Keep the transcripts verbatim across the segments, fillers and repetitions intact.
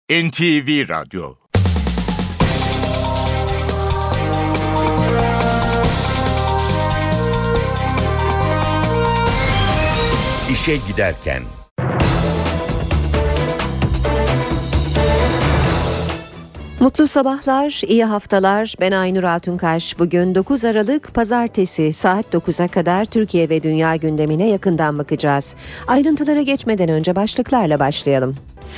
N T V Radyo. İşe giderken. Mutlu sabahlar, iyi haftalar. Ben Aynur Altunkaş. Bugün dokuz Aralık Pazartesi saat dokuza kadar Türkiye ve dünya gündemine yakından bakacağız. Ayrıntılara geçmeden önce başlıklarla başlayalım.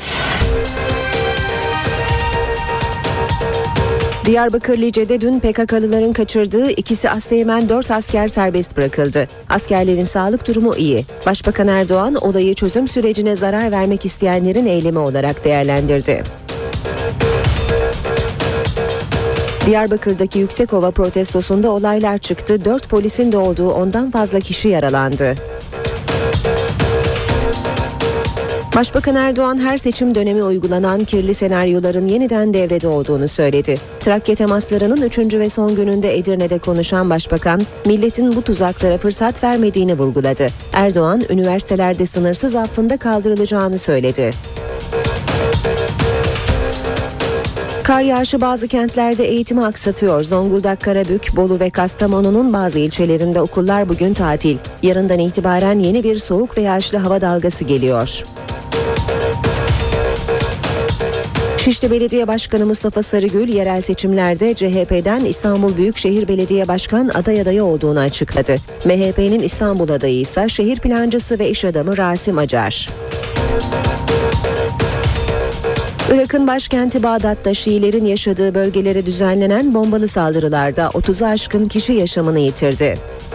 Diyarbakır Lice'de dün P K K'lıların kaçırdığı ikisi Asteğmen dört asker serbest bırakıldı. Askerlerin sağlık durumu iyi. Başbakan Erdoğan olayı çözüm sürecine zarar vermek isteyenlerin eylemi olarak değerlendirdi. Diyarbakır'daki Yüksekova protestosunda olaylar çıktı. Dört polisin de olduğu ondan fazla kişi yaralandı. Başbakan Erdoğan her seçim dönemi uygulanan kirli senaryoların yeniden devrede olduğunu söyledi. Trakya temaslarının üçüncü ve son gününde Edirne'de konuşan Başbakan, milletin bu tuzaklara fırsat vermediğini vurguladı. Erdoğan, üniversitelerde sınırsız affında kaldırılacağını söyledi. Kar yağışı bazı kentlerde eğitimi aksatıyor. Zonguldak, Karabük, Bolu ve Kastamonu'nun bazı ilçelerinde okullar bugün tatil. Yarından itibaren yeni bir soğuk ve yağışlı hava dalgası geliyor. Şişli Belediye Başkanı Mustafa Sarıgül, yerel seçimlerde C H P'den İstanbul Büyükşehir Belediye Başkan aday adayı olduğunu açıkladı. M H P'nin İstanbul adayı ise şehir plancısı ve iş adamı Rasim Acar. Irak'ın başkenti Bağdat'ta Şiilerin yaşadığı bölgelere düzenlenen bombalı saldırılarda otuza aşkın kişi yaşamını yitirdi.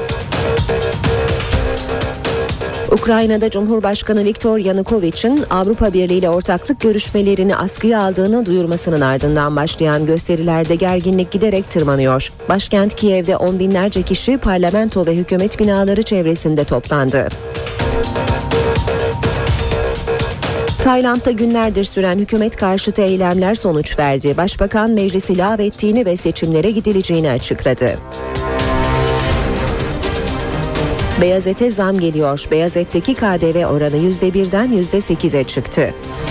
Ukrayna'da Cumhurbaşkanı Viktor Yanukovych'in Avrupa Birliği ile ortaklık görüşmelerini askıya aldığını duyurmasının ardından başlayan gösterilerde gerginlik giderek tırmanıyor. Başkent Kiev'de on binlerce kişi parlamento ve hükümet binaları çevresinde toplandı. Tayland'da günlerdir süren hükümet karşıtı eylemler sonuç verdi. Başbakan meclisi lağvettiğini ve seçimlere gidileceğini açıkladı. Beyaz ete zam geliyor. Beyaz etteki K D V oranı yüzde birden yüzde sekize çıktı.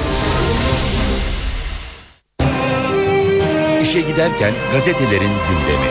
İşe giderken gazetelerin gündemi.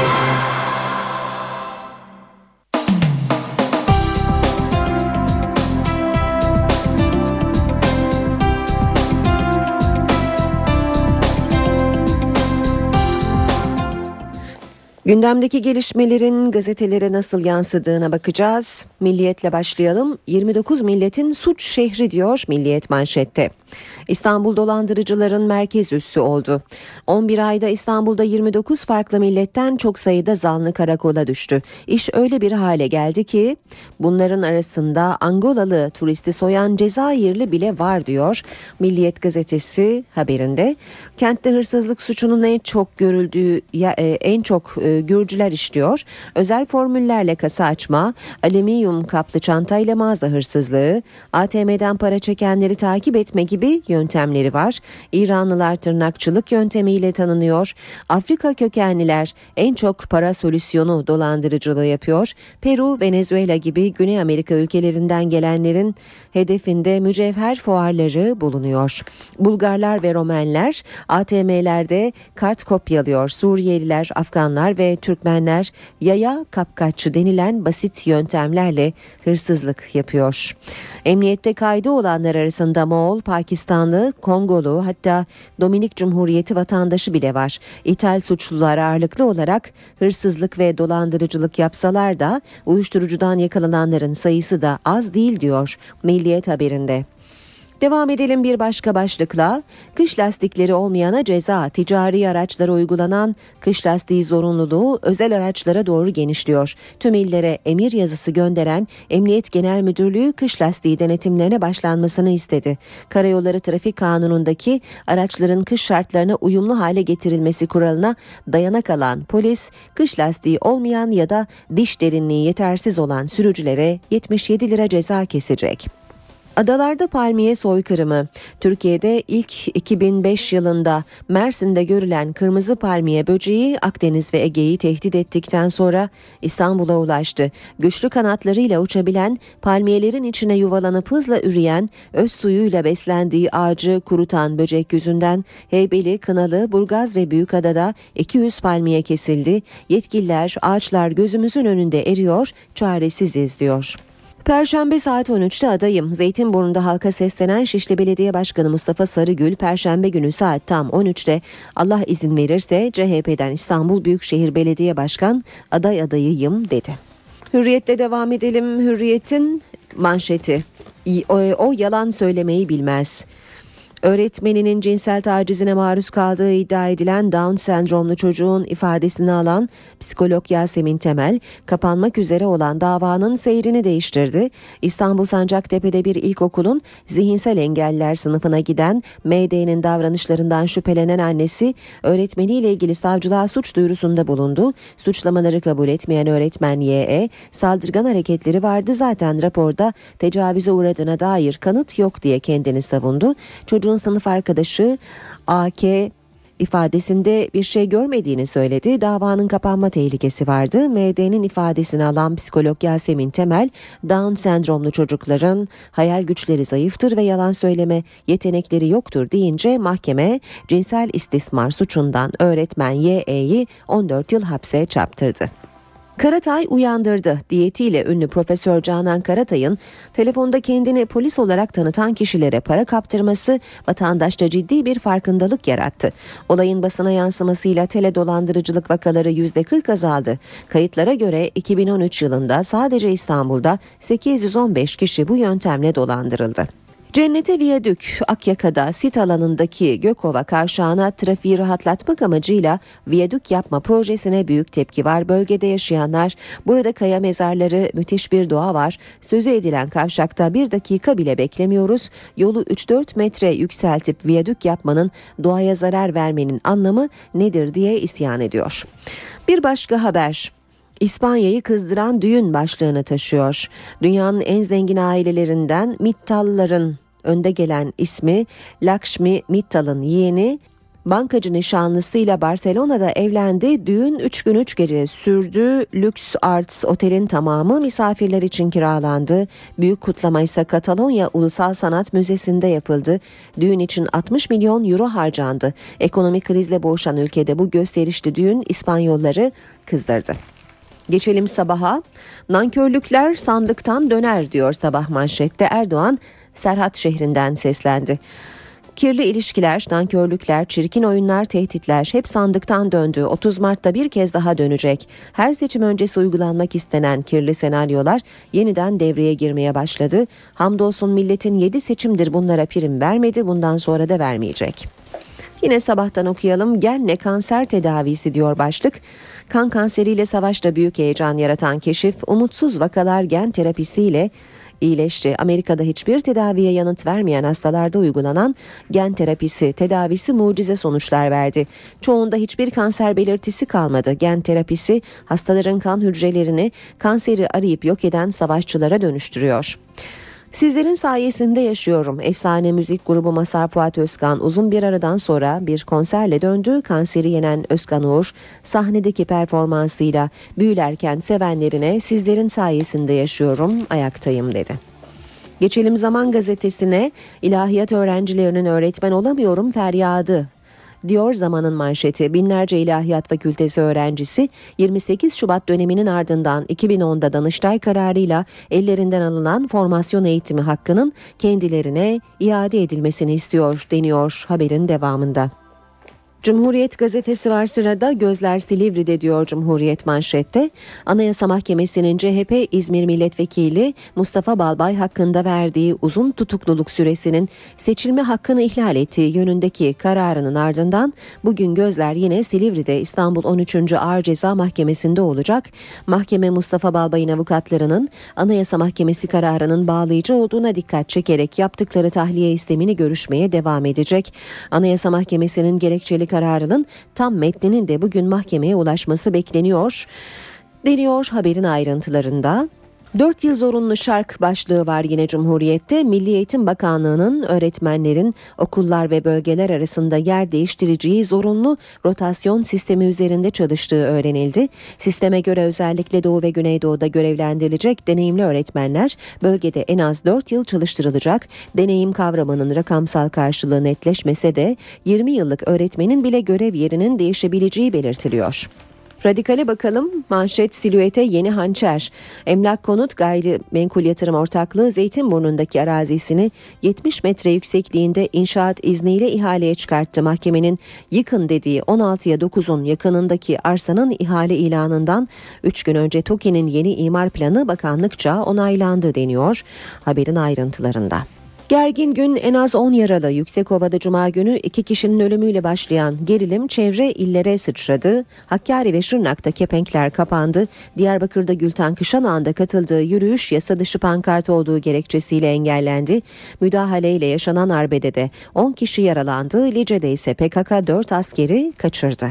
Gündemdeki gelişmelerin gazetelere nasıl yansıdığına bakacağız. Milliyet'le başlayalım. yirmi dokuz milletin suç şehri diyor Milliyet manşette. İstanbul dolandırıcıların merkez üssü oldu. on bir ayda İstanbul'da yirmi dokuz farklı milletten çok sayıda zanlı karakola düştü. İş öyle bir hale geldi ki bunların arasında Angolalı turisti soyan Cezayirli bile var diyor Milliyet gazetesi haberinde. Kentte hırsızlık suçunun en çok görüldüğü en çok Gürcüler işliyor. Özel formüllerle kasa açma, alüminyum kaplı çantayla mağaza hırsızlığı, A T M'den para çekenleri takip etme gibi yöntemleri var. İranlılar tırnakçılık yöntemiyle tanınıyor. Afrika kökenliler en çok para solüsyonu dolandırıcılığı yapıyor. Peru, Venezuela gibi Güney Amerika ülkelerinden gelenlerin hedefinde mücevher fuarları bulunuyor. Bulgarlar ve Romenler A T M'lerde kart kopyalıyor. Suriyeliler, Afganlar ve Türkmenler yaya kapkaççı denilen basit yöntemlerle hırsızlık yapıyor. Emniyette kaydı olanlar arasında Moğol, Pakistanlı, Kongolu, hatta Dominik Cumhuriyeti vatandaşı bile var. İthal suçlular ağırlıklı olarak hırsızlık ve dolandırıcılık yapsalar da uyuşturucudan yakalananların sayısı da az değil diyor Milliyet haberinde. Devam edelim bir başka başlıkla. Kış lastikleri olmayana ceza, ticari araçlara uygulanan kış lastiği zorunluluğu özel araçlara doğru genişliyor. Tüm illere emir yazısı gönderen Emniyet Genel Müdürlüğü kış lastiği denetimlerine başlanmasını istedi. Karayolları Trafik Kanunu'ndaki araçların kış şartlarına uyumlu hale getirilmesi kuralına dayanak alan polis, kış lastiği olmayan ya da diş derinliği yetersiz olan sürücülere yetmiş yedi lira ceza kesecek. Adalarda palmiye soykırımı. Türkiye'de ilk iki bin beş yılında Mersin'de görülen kırmızı palmiye böceği Akdeniz ve Ege'yi tehdit ettikten sonra İstanbul'a ulaştı. Güçlü kanatlarıyla uçabilen, palmiyelerin içine yuvalanıp hızla üreyen, öz suyuyla beslendiği ağacı kurutan böcek yüzünden Heybeli, Kınalı, Burgaz ve Büyükada'da iki yüz palmiye kesildi. Yetkililer ağaçlar gözümüzün önünde eriyor, çaresiziz diyor. Perşembe saat on üçte adayım. Zeytinburnu'nda halka seslenen Şişli Belediye Başkanı Mustafa Sarıgül, Perşembe günü saat tam on üçte Allah izin verirse C H P'den İstanbul Büyükşehir Belediye Başkan aday adayıyım dedi. Hürriyet'te devam edelim. Hürriyet'in manşeti. O, o yalan söylemeyi bilmez. Öğretmeninin cinsel tacizine maruz kaldığı iddia edilen Down sendromlu çocuğun ifadesini alan psikolog Yasemin Temel, kapanmak üzere olan davanın seyrini değiştirdi. İstanbul Sancaktepe'de bir ilkokulun zihinsel engelliler sınıfına giden M D'nin davranışlarından şüphelenen annesi, öğretmeniyle ilgili savcılığa suç duyurusunda bulundu. Suçlamaları kabul etmeyen öğretmen Y E, saldırgan hareketleri vardı zaten raporda tecavüze uğradığına dair kanıt yok diye kendini savundu. Çocuğun sınıf arkadaşı A K ifadesinde bir şey görmediğini söyledi. Davanın kapanma tehlikesi vardı. M D'nin ifadesini alan psikolog Yasemin Temel, Down sendromlu çocukların hayal güçleri zayıftır ve yalan söyleme yetenekleri yoktur deyince mahkeme cinsel istismar suçundan öğretmen Y E'yi on dört yıl hapse çarptırdı. Karatay uyandırdı. Diyetiyle ünlü Profesör Canan Karatay'ın telefonda kendini polis olarak tanıtan kişilere para kaptırması vatandaşta ciddi bir farkındalık yarattı. Olayın basına yansımasıyla tele dolandırıcılık vakaları yüzde kırk azaldı. Kayıtlara göre iki bin on üç yılında sadece İstanbul'da sekiz yüz on beş kişi bu yöntemle dolandırıldı. Cennete Viyadük, Akyaka'da sit alanındaki Gökova kavşağına trafiği rahatlatmak amacıyla viyadük yapma projesine büyük tepki var. Bölgede yaşayanlar, burada kaya mezarları, müthiş bir doğa var. Sözü edilen kavşakta bir dakika bile beklemiyoruz. Yolu üç dört metre yükseltip viyadük yapmanın, doğaya zarar vermenin anlamı nedir diye isyan ediyor. Bir başka haber. İspanya'yı kızdıran düğün başlığını taşıyor. Dünyanın en zengin ailelerinden Mittal'ların önde gelen ismi Lakshmi Mittal'ın yeğeni bankacı nişanlısıyla Barcelona'da evlendi. Düğün üç gün üç gece sürdü. Lüks Arts otelin tamamı misafirler için kiralandı. Büyük kutlama ise Katalonya Ulusal Sanat Müzesi'nde yapıldı. Düğün için altmış milyon euro harcandı. Ekonomik krizle boğuşan ülkede bu gösterişli düğün İspanyolları kızdırdı. Geçelim sabaha. Nankörlükler sandıktan döner diyor sabah manşette. Erdoğan Serhat şehrinden seslendi. Kirli ilişkiler, nankörlükler, çirkin oyunlar, tehditler hep sandıktan döndü. otuz Mart'ta bir kez daha dönecek. Her seçim öncesi uygulanmak istenen kirli senaryolar yeniden devreye girmeye başladı. Hamdolsun milletin yedi seçimdir bunlara prim vermedi, bundan sonra da vermeyecek. Yine sabahtan okuyalım. Genle kanser tedavisi diyor başlık. Kan kanseriyle savaşta büyük heyecan yaratan keşif, umutsuz vakalar gen terapisiyle iyileşti. Amerika'da hiçbir tedaviye yanıt vermeyen hastalarda uygulanan gen terapisi tedavisi mucize sonuçlar verdi. Çoğunda hiçbir kanser belirtisi kalmadı. Gen terapisi hastaların kan hücrelerini kanseri arayıp yok eden savaşçılara dönüştürüyor. Sizlerin sayesinde yaşıyorum. Efsane müzik grubu Mazhar Fuat Özkan uzun bir aradan sonra bir konserle döndü. Kanseri yenen Özkan Uğur sahnedeki performansıyla büyülerken sevenlerine sizlerin sayesinde yaşıyorum, ayaktayım dedi. Geçelim Zaman Gazetesi'ne. İlahiyat öğrencilerinin öğretmen olamıyorum feryadı diyor Zaman'ın manşeti. Binlerce İlahiyat Fakültesi öğrencisi yirmi sekiz Şubat döneminin ardından iki bin onda Danıştay kararıyla ellerinden alınan formasyon eğitimi hakkının kendilerine iade edilmesini istiyor deniyor haberin devamında. Cumhuriyet gazetesi var sırada. Gözler Silivri'de diyor Cumhuriyet manşette. Anayasa Mahkemesi'nin C H P İzmir Milletvekili Mustafa Balbay hakkında verdiği uzun tutukluluk süresinin seçilme hakkını ihlal ettiği yönündeki kararının ardından bugün gözler yine Silivri'de İstanbul on üçüncü Ağır Ceza Mahkemesi'nde olacak. Mahkeme Mustafa Balbay'ın avukatlarının Anayasa Mahkemesi kararının bağlayıcı olduğuna dikkat çekerek yaptıkları tahliye istemini görüşmeye devam edecek. Anayasa Mahkemesi'nin gerekçeli kararının tam metninin de bugün mahkemeye ulaşması bekleniyor deniyor haberin ayrıntılarında. Dört yıl zorunlu şark başlığı var yine Cumhuriyet'te. Milli Eğitim Bakanlığı'nın öğretmenlerin okullar ve bölgeler arasında yer değiştireceği zorunlu rotasyon sistemi üzerinde çalıştığı öğrenildi. Sisteme göre özellikle Doğu ve Güneydoğu'da görevlendirilecek deneyimli öğretmenler bölgede en az dört yıl çalıştırılacak. Deneyim kavramının rakamsal karşılığı netleşmese de yirmi yıllık öğretmenin bile görev yerinin değişebileceği belirtiliyor. Radikale bakalım. Manşet silüete yeni hançer. Emlak Konut Gayrimenkul Yatırım Ortaklığı Zeytinburnu'ndaki arazisini yetmiş metre yüksekliğinde inşaat izniyle ihaleye çıkarttı. Mahkemenin yıkın dediği on altıya dokuzun yakınındaki arsanın ihale ilanından üç gün önce TOKİ'nin yeni imar planı bakanlıkça onaylandı deniyor haberin ayrıntılarında. Gergin gün, en az on yaralı. Yüksekova'da Cuma günü iki kişinin ölümüyle başlayan gerilim çevre illere sıçradı. Hakkari ve Şırnak'ta kepenkler kapandı. Diyarbakır'da Gülten Kışanağ'ında katıldığı yürüyüş yasa dışı pankart olduğu gerekçesiyle engellendi. Müdahaleyle yaşanan arbedede on kişi yaralandı. Lice'de ise P K K dört askeri kaçırdı.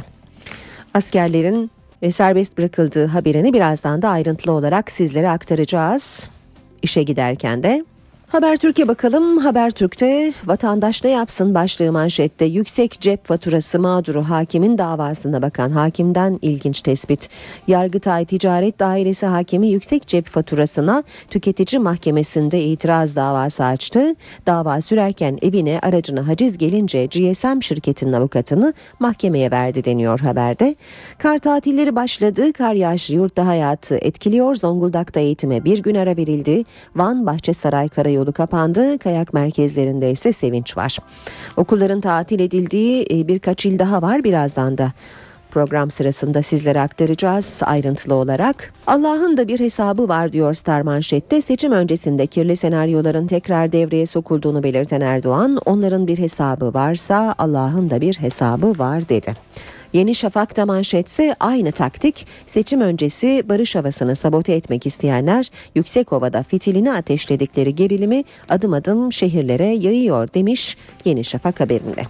Askerlerin serbest bırakıldığı haberini birazdan da ayrıntılı olarak sizlere aktaracağız. İşe giderken de Habertürk'e bakalım. Habertürk'te vatandaş ne yapsın başlığı manşette. Yüksek cep faturası mağduru hakimin davasına bakan hakimden ilginç tespit. Yargıtay Ticaret Dairesi hakimi yüksek cep faturasına tüketici mahkemesinde itiraz davası açtı. Dava sürerken evine aracına haciz gelince G S M şirketinin avukatını mahkemeye verdi deniyor haberde. Kar tatilleri başladı. Kar yağışı yurtta hayatı etkiliyor. Zonguldak'ta eğitime bir gün ara verildi. Van Bahçesaray Karayolu yolu kapandı. Kayak merkezlerinde ise sevinç var. Okulların tatil edildiği birkaç il daha var. Birazdan da program sırasında sizlere aktaracağız ayrıntılı olarak. Allah'ın da bir hesabı var diyor Star manşette. Seçim öncesinde kirli senaryoların tekrar devreye sokulduğunu belirten Erdoğan, onların bir hesabı varsa Allah'ın da bir hesabı var dedi. Yeni Şafak'ta manşetse aynı taktik. Seçim öncesi barış havasını sabote etmek isteyenler Yüksekova'da fitilini ateşledikleri gerilimi adım adım şehirlere yayıyor demiş Yeni Şafak haberinde.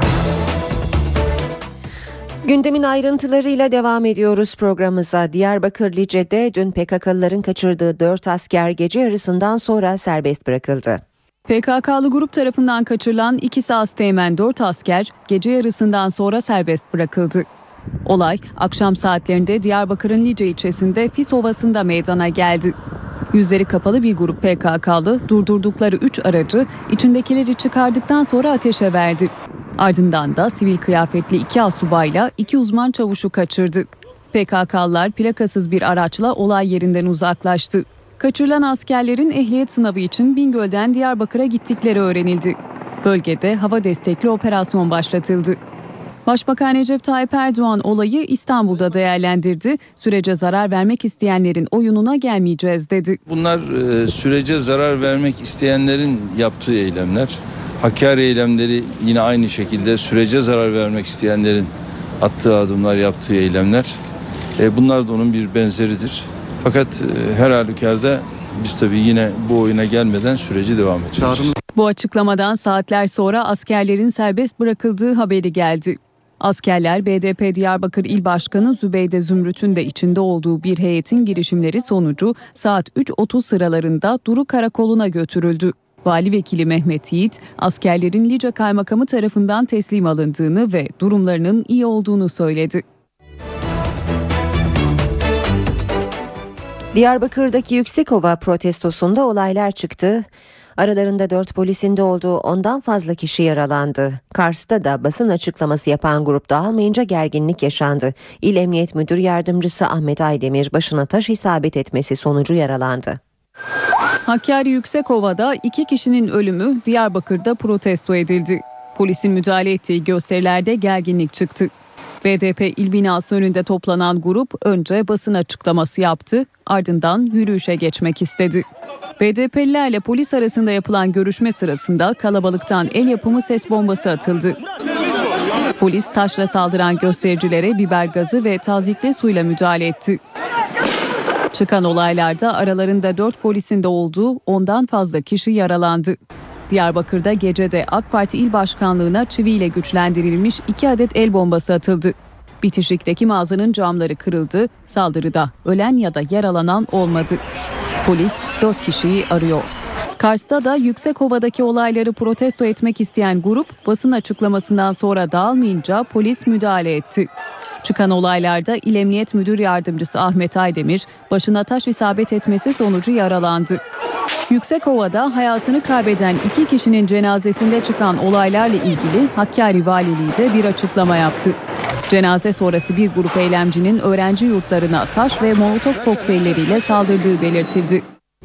Gündemin ayrıntılarıyla devam ediyoruz programımıza. Diyarbakır Lice'de dün P K K'lıların kaçırdığı dört asker gece yarısından sonra serbest bırakıldı. P K K'lı grup tarafından kaçırılan ikisi asteğmen dört asker gece yarısından sonra serbest bırakıldı. Olay akşam saatlerinde Diyarbakır'ın Lice ilçesinde Fis Ovası'nda meydana geldi. Yüzleri kapalı bir grup P K K'lı durdurdukları üç aracı içindekileri çıkardıktan sonra ateşe verdi. Ardından da sivil kıyafetli iki asubayla iki uzman çavuşu kaçırdı. P K K'lılar plakasız bir araçla olay yerinden uzaklaştı. Kaçırılan askerlerin ehliyet sınavı için Bingöl'den Diyarbakır'a gittikleri öğrenildi. Bölgede hava destekli operasyon başlatıldı. Başbakan Recep Tayyip Erdoğan olayı İstanbul'da değerlendirdi. Sürece zarar vermek isteyenlerin oyununa gelmeyeceğiz dedi. Bunlar e, sürece zarar vermek isteyenlerin yaptığı eylemler. Hakkari eylemleri yine aynı şekilde sürece zarar vermek isteyenlerin attığı adımlar, yaptığı eylemler. E, bunlar da onun bir benzeridir. Fakat e, her halükarda biz tabii yine bu oyuna gelmeden süreci devam edeceğiz. Bu açıklamadan saatler sonra askerlerin serbest bırakıldığı haberi geldi. Askerler B D P Diyarbakır İl Başkanı Zübeyde Zümrüt'ün de içinde olduğu bir heyetin girişimleri sonucu saat üç otuz sıralarında Duru Karakolu'na götürüldü. Vali Vekili Mehmet Yiğit, askerlerin Lice Kaymakamı tarafından teslim alındığını ve durumlarının iyi olduğunu söyledi. Diyarbakır'daki Yüksekova protestosunda olaylar çıktı. Aralarında dört polisin de olduğu ondan fazla kişi yaralandı. Kars'ta da basın açıklaması yapan grup dağılmayınca gerginlik yaşandı. İl Emniyet Müdür Yardımcısı Ahmet Aydemir başına taş isabet etmesi sonucu yaralandı. Hakkari Yüksekova'da iki kişinin ölümü Diyarbakır'da protesto edildi. Polisin müdahale ettiği gösterilerde gerginlik çıktı. B D P il binası önünde toplanan grup önce basın açıklaması yaptı, ardından yürüyüşe geçmek istedi. B D P'lilerle polis arasında yapılan görüşme sırasında kalabalıktan el yapımı ses bombası atıldı. Polis taşla saldıran göstericilere biber gazı ve tazyikli suyla müdahale etti. Çıkan olaylarda aralarında dört polisin de olduğu ondan fazla kişi yaralandı. Diyarbakır'da gecede AK Parti İl Başkanlığı'na çiviyle güçlendirilmiş iki adet el bombası atıldı. Bitişik'teki mağazanın camları kırıldı. Saldırıda ölen ya da yaralanan olmadı. Polis dört kişiyi arıyor. Kars'ta da Yüksekova'daki olayları protesto etmek isteyen grup basın açıklamasından sonra dağılmayınca polis müdahale etti. Çıkan olaylarda İl Emniyet Müdür Yardımcısı Ahmet Aydemir başına taş isabet etmesi sonucu yaralandı. Yüksekova'da hayatını kaybeden iki kişinin cenazesinde çıkan olaylarla ilgili Hakkari Valiliği de bir açıklama yaptı. Cenaze sonrası bir grup eylemcinin öğrenci yurtlarına taş ve molotof kokteylleriyle saldırdığı belirtildi.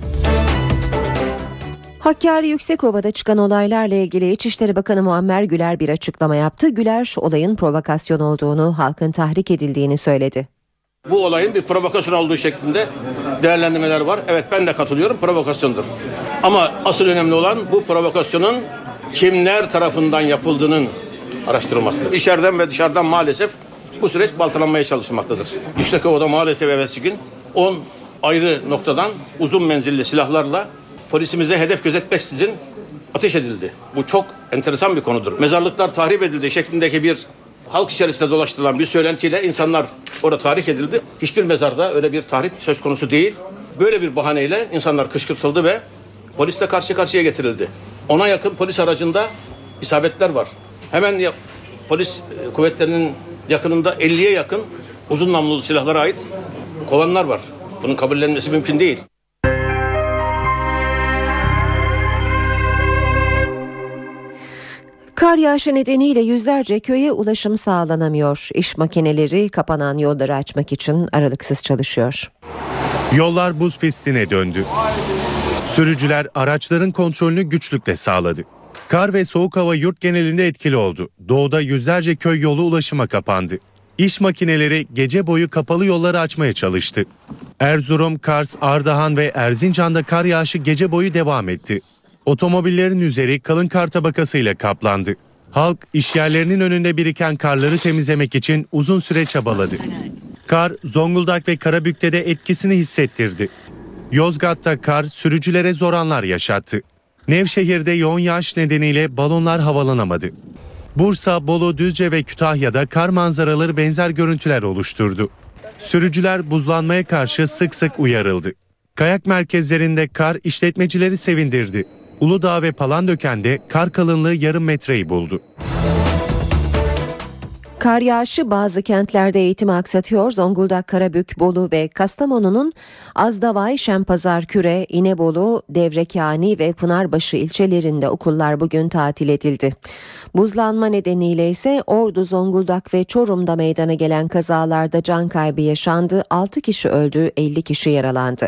Hakkari Yüksekova'da çıkan olaylarla ilgili İçişleri Bakanı Muammer Güler bir açıklama yaptı. Güler, olayın provokasyon olduğunu, halkın tahrik edildiğini söyledi. Bu olayın bir provokasyon olduğu şeklinde değerlendirmeler var. Evet, ben de katılıyorum, provokasyondur. Ama asıl önemli olan bu provokasyonun kimler tarafından yapıldığının araştırılmasıdır. İçeriden ve dışarıdan maalesef bu süreç baltalanmaya çalışılmaktadır. Yüksekova'da maalesef evvelsi gün on ayrı noktadan uzun menzilli silahlarla polisimize hedef gözetmeksizin ateş edildi. Bu çok enteresan bir konudur. Mezarlıklar tahrip edildi şeklindeki bir halk içerisinde dolaştırılan bir söylentiyle insanlar orada tahrik edildi. Hiçbir mezarda öyle bir tahrip söz konusu değil. Böyle bir bahaneyle insanlar kışkırtıldı ve polisle karşı karşıya getirildi. Ona yakın polis aracında isabetler var. Hemen ya, polis kuvvetlerinin yakınında elliye yakın uzun namlulu silahlara ait kovanlar var. Bunun kabullenmesi mümkün değil. Kar yağışı nedeniyle yüzlerce köye ulaşım sağlanamıyor. İş makineleri kapanan yolları açmak için aralıksız çalışıyor. Yollar buz pistine döndü. Sürücüler araçların kontrolünü güçlükle sağladı. Kar ve soğuk hava yurt genelinde etkili oldu. Doğuda yüzlerce köy yolu ulaşıma kapandı. İş makineleri gece boyu kapalı yolları açmaya çalıştı. Erzurum, Kars, Ardahan ve Erzincan'da kar yağışı gece boyu devam etti. Otomobillerin üzeri kalın kar tabakasıyla kaplandı. Halk işyerlerinin önünde biriken karları temizlemek için uzun süre çabaladı. Kar, Zonguldak ve Karabük'te de etkisini hissettirdi. Yozgat'ta kar sürücülere zor anlar yaşattı. Nevşehir'de yoğun yağış nedeniyle balonlar havalanamadı. Bursa, Bolu, Düzce ve Kütahya'da kar manzaraları benzer görüntüler oluşturdu. Sürücüler buzlanmaya karşı sık sık uyarıldı. Kayak merkezlerinde kar işletmecileri sevindirdi. Uludağ ve Palandöken'de kar kalınlığı yarım metreyi buldu. Kar yağışı bazı kentlerde eğitimi aksatıyor. Zonguldak, Karabük, Bolu ve Kastamonu'nun Azdavay, Şempazar, Küre, İnebolu, Devrekani ve Pınarbaşı ilçelerinde okullar bugün tatil edildi. Buzlanma nedeniyle ise Ordu, Zonguldak ve Çorum'da meydana gelen kazalarda can kaybı yaşandı. altı kişi öldü, elli kişi yaralandı.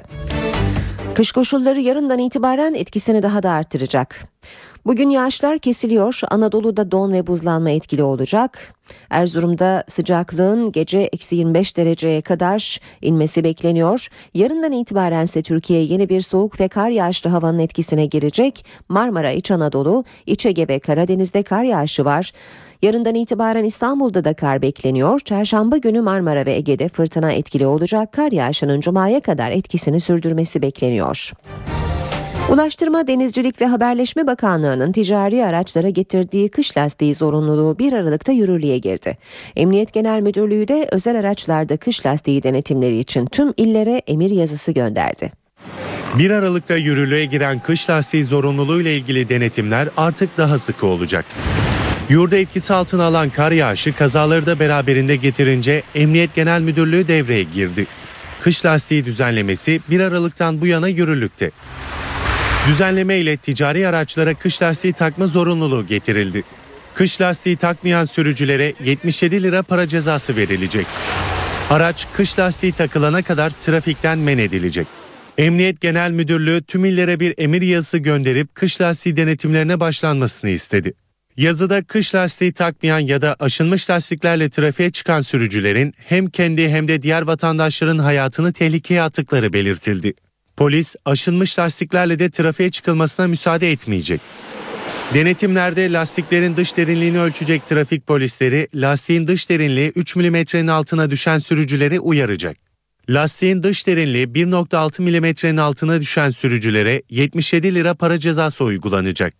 Kış koşulları yarından itibaren etkisini daha da artıracak. Bugün yağışlar kesiliyor. Anadolu'da don ve buzlanma etkili olacak. Erzurum'da sıcaklığın gece eksi yirmi beş dereceye kadar inmesi bekleniyor. Yarından itibaren ise Türkiye yeni bir soğuk ve kar yağışlı havanın etkisine girecek. Marmara, İç Anadolu, İç Ege ve Karadeniz'de kar yağışı var. Yarından itibaren İstanbul'da da kar bekleniyor. Çarşamba günü Marmara ve Ege'de fırtına etkili olacak. Kar yağışının Cuma'ya kadar etkisini sürdürmesi bekleniyor. Ulaştırma, Denizcilik ve Haberleşme Bakanlığı'nın ticari araçlara getirdiği kış lastiği zorunluluğu bir Aralık'ta yürürlüğe girdi. Emniyet Genel Müdürlüğü de özel araçlarda kış lastiği denetimleri için tüm illere emir yazısı gönderdi. bir Aralık'ta yürürlüğe giren kış lastiği zorunluluğu ile ilgili denetimler artık daha sıkı olacak. Yurda etkisi altına alan kar yağışı kazaları da beraberinde getirince Emniyet Genel Müdürlüğü devreye girdi. Kış lastiği düzenlemesi bir Aralık'tan bu yana yürürlükte. Düzenleme ile ticari araçlara kış lastiği takma zorunluluğu getirildi. Kış lastiği takmayan sürücülere yetmiş yedi lira para cezası verilecek. Araç kış lastiği takılana kadar trafikten men edilecek. Emniyet Genel Müdürlüğü tüm illere bir emir yazısı gönderip kış lastiği denetimlerine başlanmasını istedi. Yazıda kış lastiği takmayan ya da aşınmış lastiklerle trafiğe çıkan sürücülerin hem kendi hem de diğer vatandaşların hayatını tehlikeye attıkları belirtildi. Polis aşınmış lastiklerle de trafiğe çıkılmasına müsaade etmeyecek. Denetimlerde lastiklerin dış derinliğini ölçecek trafik polisleri lastiğin dış derinliği üç milimetrenin altına düşen sürücüleri uyaracak. Lastiğin dış derinliği bir virgül altı milimetrenin altına düşen sürücülere yetmiş yedi lira para cezası uygulanacak.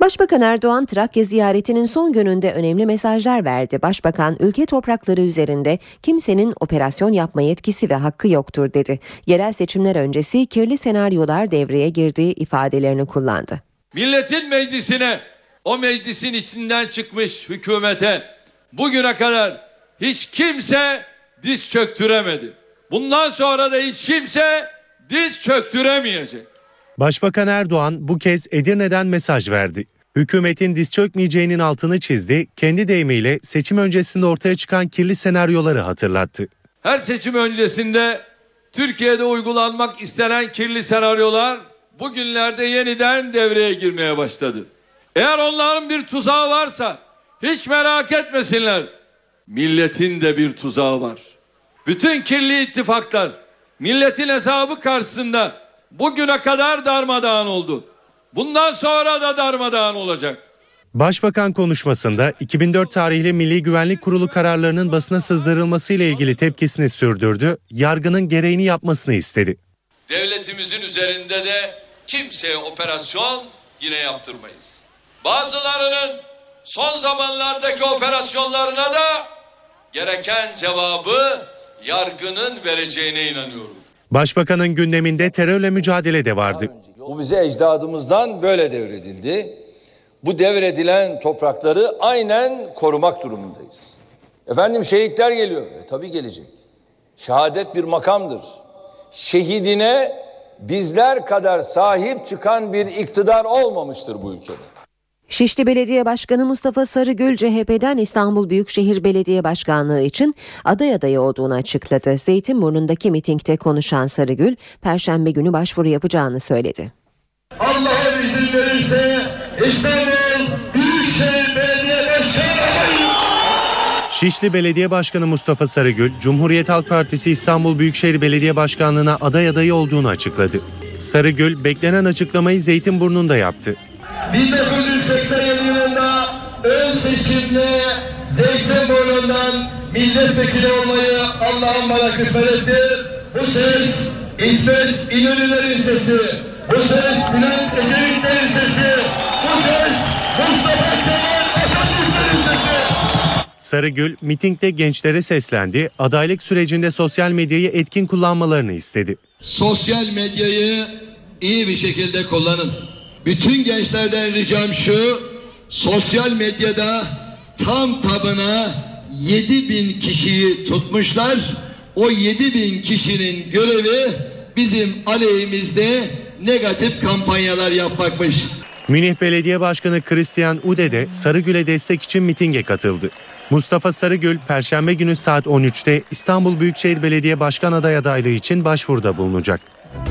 Başbakan Erdoğan Trakya ziyaretinin son gününde önemli mesajlar verdi. Başbakan ülke toprakları üzerinde kimsenin operasyon yapma yetkisi ve hakkı yoktur dedi. Yerel seçimler öncesi kirli senaryolar devreye girdiği ifadelerini kullandı. Milletin meclisine, o meclisin içinden çıkmış hükümete bugüne kadar hiç kimse diz çöktüremedi. Bundan sonra da hiç kimse diz çöktüremeyecek. Başbakan Erdoğan bu kez Edirne'den mesaj verdi. Hükümetin diz çökmeyeceğinin altını çizdi, kendi deyimiyle seçim öncesinde ortaya çıkan kirli senaryoları hatırlattı. Her seçim öncesinde Türkiye'de uygulanmak istenen kirli senaryolar bugünlerde yeniden devreye girmeye başladı. Eğer onların bir tuzağı varsa hiç merak etmesinler. Milletin de bir tuzağı var. Bütün kirli ittifaklar milletin hesabı karşısında bugüne kadar darmadağın oldu. Bundan sonra da darmadağın olacak. Başbakan konuşmasında iki bin dört tarihli Milli Güvenlik Kurulu kararlarının basına sızdırılması ile ilgili tepkisini sürdürdü, yargının gereğini yapmasını istedi. Devletimizin üzerinde de kimseye operasyon yine yaptırmayız. Bazılarının son zamanlardaki operasyonlarına da gereken cevabı yargının vereceğine inanıyorum. Başbakanın gündeminde terörle mücadele de vardı. Bu bize ecdadımızdan böyle devredildi. Bu devredilen toprakları aynen korumak durumundayız. Efendim şehitler geliyor. E, tabii gelecek. Şehadet bir makamdır. Şehidine bizler kadar sahip çıkan bir iktidar olmamıştır bu ülkede. Şişli Belediye Başkanı Mustafa Sarıgül C H P'den İstanbul Büyükşehir Belediye Başkanlığı için aday adayı olduğunu açıkladı. Zeytinburnu'ndaki mitingde konuşan Sarıgül, Perşembe günü başvuru yapacağını söyledi. Allah izin verirse İstanbul Büyükşehir Belediye Başkanı adayı. Şişli Belediye Başkanı Mustafa Sarıgül, Cumhuriyet Halk Partisi İstanbul Büyükşehir Belediye Başkanlığı'na aday adayı olduğunu açıkladı. Sarıgül, beklenen açıklamayı Zeytinburnu'nda yaptı. bin dokuz yüz seksen yedi yılında ön seçimle Zeytinburnu'ndan milletvekili olmayı Allah'ım bana kısmet etti. Bu ses İsmet İnönü'lerin sesi, bu ses Bülent Ecevit'lerin sesi, bu ses Mustafa Kemal Atatürk'lerin sesi. Sarıgül, mitingde gençlere seslendi, adaylık sürecinde sosyal medyayı etkin kullanmalarını istedi. Sosyal medyayı iyi bir şekilde kullanın. Bütün gençlerden ricam şu, sosyal medyada tam tabına yedi bin kişiyi tutmuşlar. O yedi bin kişinin görevi bizim aleyhimizde negatif kampanyalar yapmakmış. Münih Belediye Başkanı Christian Ude de Sarıgül'e destek için mitinge katıldı. Mustafa Sarıgül, Perşembe günü saat on üçte İstanbul Büyükşehir Belediye Başkan aday adaylığı için başvuruda bulunacak.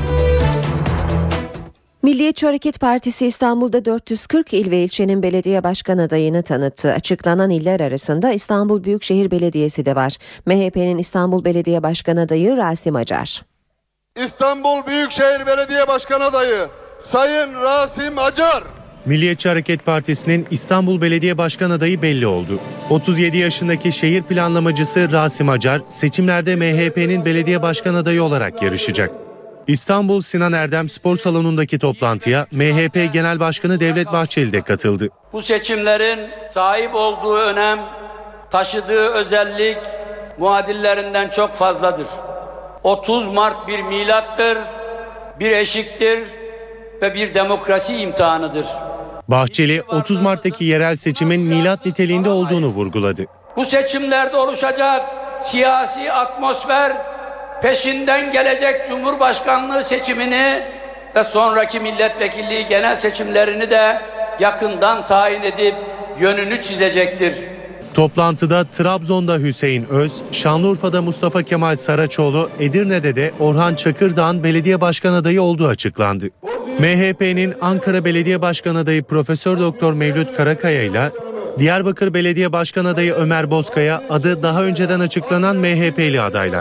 Milliyetçi Hareket Partisi İstanbul'da dört yüz kırk il ve ilçenin belediye başkan adayını tanıttı. Açıklanan iller arasında İstanbul Büyükşehir Belediyesi de var. M H P'nin İstanbul Belediye Başkan adayı Rasim Acar. İstanbul Büyükşehir Belediye Başkan adayı Sayın Rasim Acar. Milliyetçi Hareket Partisi'nin İstanbul Belediye Başkan adayı belli oldu. otuz yedi yaşındaki şehir planlamacısı Rasim Acar seçimlerde M H P'nin belediye başkan adayı olarak yarışacak. İstanbul Sinan Erdem Spor Salonu'ndaki toplantıya M H P Genel Başkanı Devlet Bahçeli de katıldı. Bu seçimlerin sahip olduğu önem, taşıdığı özellik muadillerinden çok fazladır. otuz Mart bir milattır, bir eşiktir ve bir demokrasi imtihanıdır. Bahçeli, otuz Mart'taki yerel seçimin milat niteliğinde olduğunu vurguladı. Bu seçimlerde oluşacak siyasi atmosfer, peşinden gelecek Cumhurbaşkanlığı seçimini ve sonraki milletvekilliği genel seçimlerini de yakından tayin edip yönünü çizecektir. Toplantıda Trabzon'da Hüseyin Öz, Şanlıurfa'da Mustafa Kemal Saraçoğlu, Edirne'de de Orhan Çakırdağ'ın belediye başkan adayı olduğu açıklandı. M H P'nin Ankara Belediye Başkan adayı Profesör Doktor Mevlüt Karakaya ile Diyarbakır Belediye Başkan adayı Ömer Bozkaya adı daha önceden açıklanan M H P'li adaylar.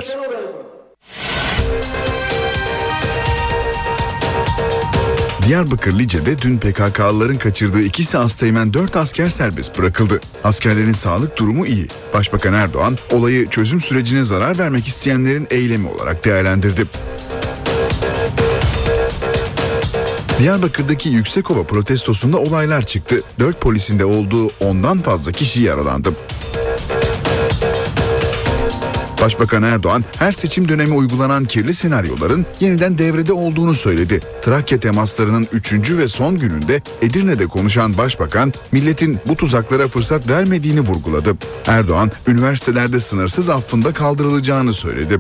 Diyarbakır Lice'de dün P K K'lıların kaçırdığı iki asteğmen dört asker serbest bırakıldı. Askerlerin sağlık durumu iyi. Başbakan Erdoğan olayı çözüm sürecine zarar vermek isteyenlerin eylemi olarak değerlendirdi. Diyarbakır'daki Yüksekova protestosunda olaylar çıktı. Dört polisin de olduğu ondan fazla kişi yaralandı. Başbakan Erdoğan her seçim dönemi uygulanan kirli senaryoların yeniden devrede olduğunu söyledi. Trakya temaslarının üçüncü ve son gününde Edirne'de konuşan Başbakan, milletin bu tuzaklara fırsat vermediğini vurguladı. Erdoğan, üniversitelerde sınırsız affında kaldırılacağını söyledi.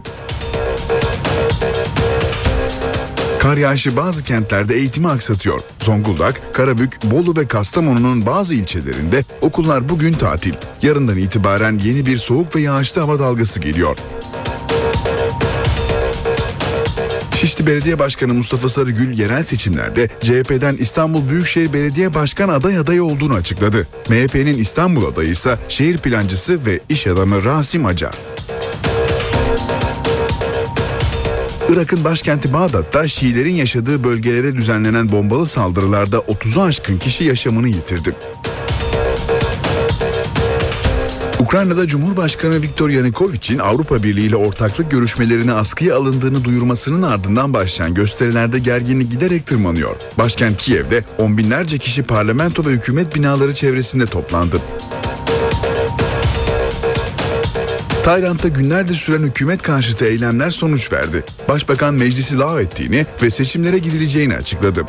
Kar yağışı bazı kentlerde eğitimi aksatıyor. Zonguldak, Karabük, Bolu ve Kastamonu'nun bazı ilçelerinde okullar bugün tatil. Yarından itibaren yeni bir soğuk ve yağışlı hava dalgası geliyor. Şişli Belediye Başkanı Mustafa Sarıgül yerel seçimlerde C H P'den İstanbul Büyükşehir Belediye Başkan aday adayı olduğunu açıkladı. M H P'nin İstanbul adayı ise şehir plancısı ve iş adamı Rasim Acar. Irak'ın başkenti Bağdat'ta Şiilerin yaşadığı bölgelere düzenlenen bombalı saldırılarda otuzu aşkın kişi yaşamını yitirdi. Ukrayna'da Cumhurbaşkanı Viktor Yanukovych'in Avrupa Birliği ile ortaklık görüşmelerine askıya alındığını duyurmasının ardından başlayan gösterilerde gerginlik giderek tırmanıyor. Başkent Kiev'de on binlerce kişi parlamento ve hükümet binaları çevresinde toplandı. Tayland'da günlerdir süren hükümet karşıtı eylemler sonuç verdi. Başbakan meclisi lağv ettiğini ve seçimlere gidileceğini açıkladı.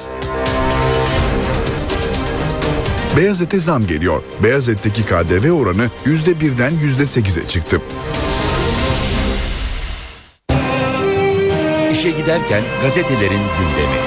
Beyaz ete zam geliyor. Beyaz etteki K D V oranı yüzde birden yüzde sekize çıktı. İşe giderken gazetelerin gündemi.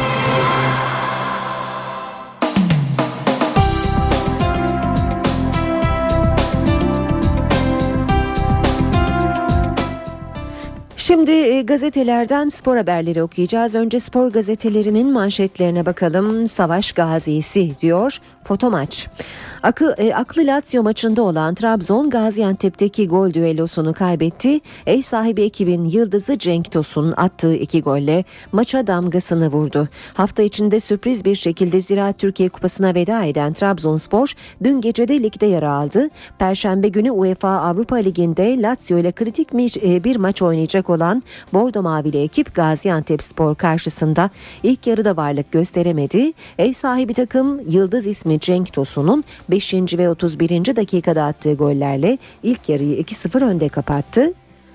Şimdi e, gazetelerden spor haberleri okuyacağız. Önce spor gazetelerinin manşetlerine bakalım. Savaş gazisi diyor Fotomaç. Akı, e, aklı Lazio maçında olan Trabzon Gaziantep'teki gol düellosunu kaybetti. Ev sahibi ekibin yıldızı Cenk Tosun attığı iki golle maça damgasını vurdu. Hafta içinde sürpriz bir şekilde Ziraat Türkiye Kupası'na veda eden Trabzonspor dün gecede ligde yer aldı. Perşembe günü UEFA Avrupa Ligi'nde Lazio ile kritik bir maç oynayacak olan Bordo Mavili ekip Gaziantepspor karşısında ilk yarıda varlık gösteremedi. Ev sahibi takım yıldız ismi Cenk Tosun'un beşinci ve otuz birinci dakikada attığı gollerle ilk yarıyı iki sıfır önde kapattı.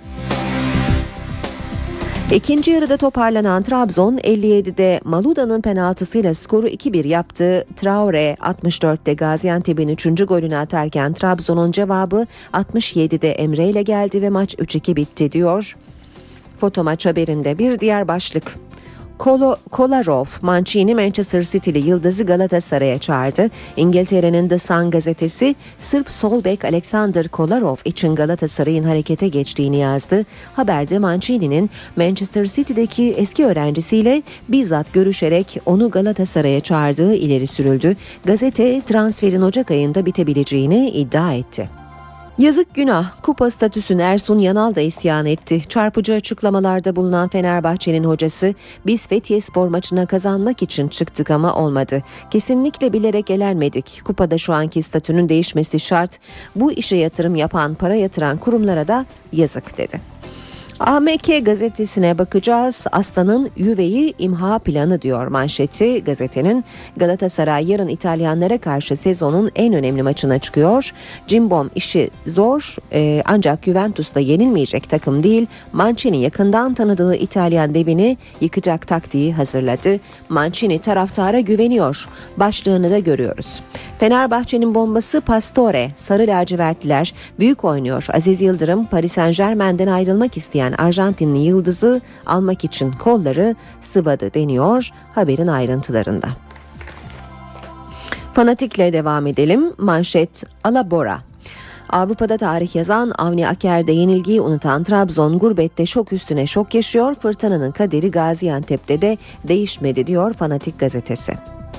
İkinci yarıda toparlanan Trabzon elli yedide Maluda'nın penaltısıyla skoru iki bir yaptı. Traore altmış dörtte Gaziantep'in üçüncü golünü atarken Trabzon'un cevabı altmış yedide Emre ile geldi ve maç üç iki bitti diyor. Fotomaç haberinde bir diğer başlık. Kolo, Kolarov, Mancini Manchester City'li yıldızı Galatasaray'a çağırdı. İngiltere'nin The Sun gazetesi Sırp sol bek Alexander Kolarov için Galatasaray'ın harekete geçtiğini yazdı. Haberde Mancini'nin Manchester City'deki eski öğrencisiyle bizzat görüşerek onu Galatasaray'a çağırdığı ileri sürüldü. Gazete transferin Ocak ayında bitebileceğini iddia etti. Yazık günah, kupa statüsünü Ersun Yanal da isyan etti. Çarpıcı açıklamalarda bulunan Fenerbahçe'nin hocası, biz Fethiyespor maçına kazanmak için çıktık ama olmadı. Kesinlikle bilerek elenmedik. Kupada şu anki statünün değişmesi şart. Bu işe yatırım yapan, para yatıran kurumlara da yazık dedi. A M K gazetesine bakacağız. Aslan'ın Juve'yi imha planı diyor manşeti gazetenin. Galatasaray yarın İtalyanlara karşı sezonun en önemli maçına çıkıyor. Cimbom işi zor e, ancak Juventus'ta yenilmeyecek takım değil. Mancini yakından tanıdığı İtalyan devini yıkacak taktiği hazırladı. Mancini taraftara güveniyor. Başlığını da görüyoruz. Fenerbahçe'nin bombası Pastore. Sarı lacivertliler büyük oynuyor. Aziz Yıldırım Paris Saint-Germain'den ayrılmak isteyen Arjantinli yıldızı almak için kolları sıvadı deniyor haberin ayrıntılarında. Fanatik'le devam edelim. Manşet Alabora. Avrupa'da tarih yazan Avni Aker'de yenilgiyi unutan Trabzon gurbette şok üstüne şok yaşıyor. Fırtınanın kaderi Gaziantep'te de değişmedi diyor Fanatik gazetesi.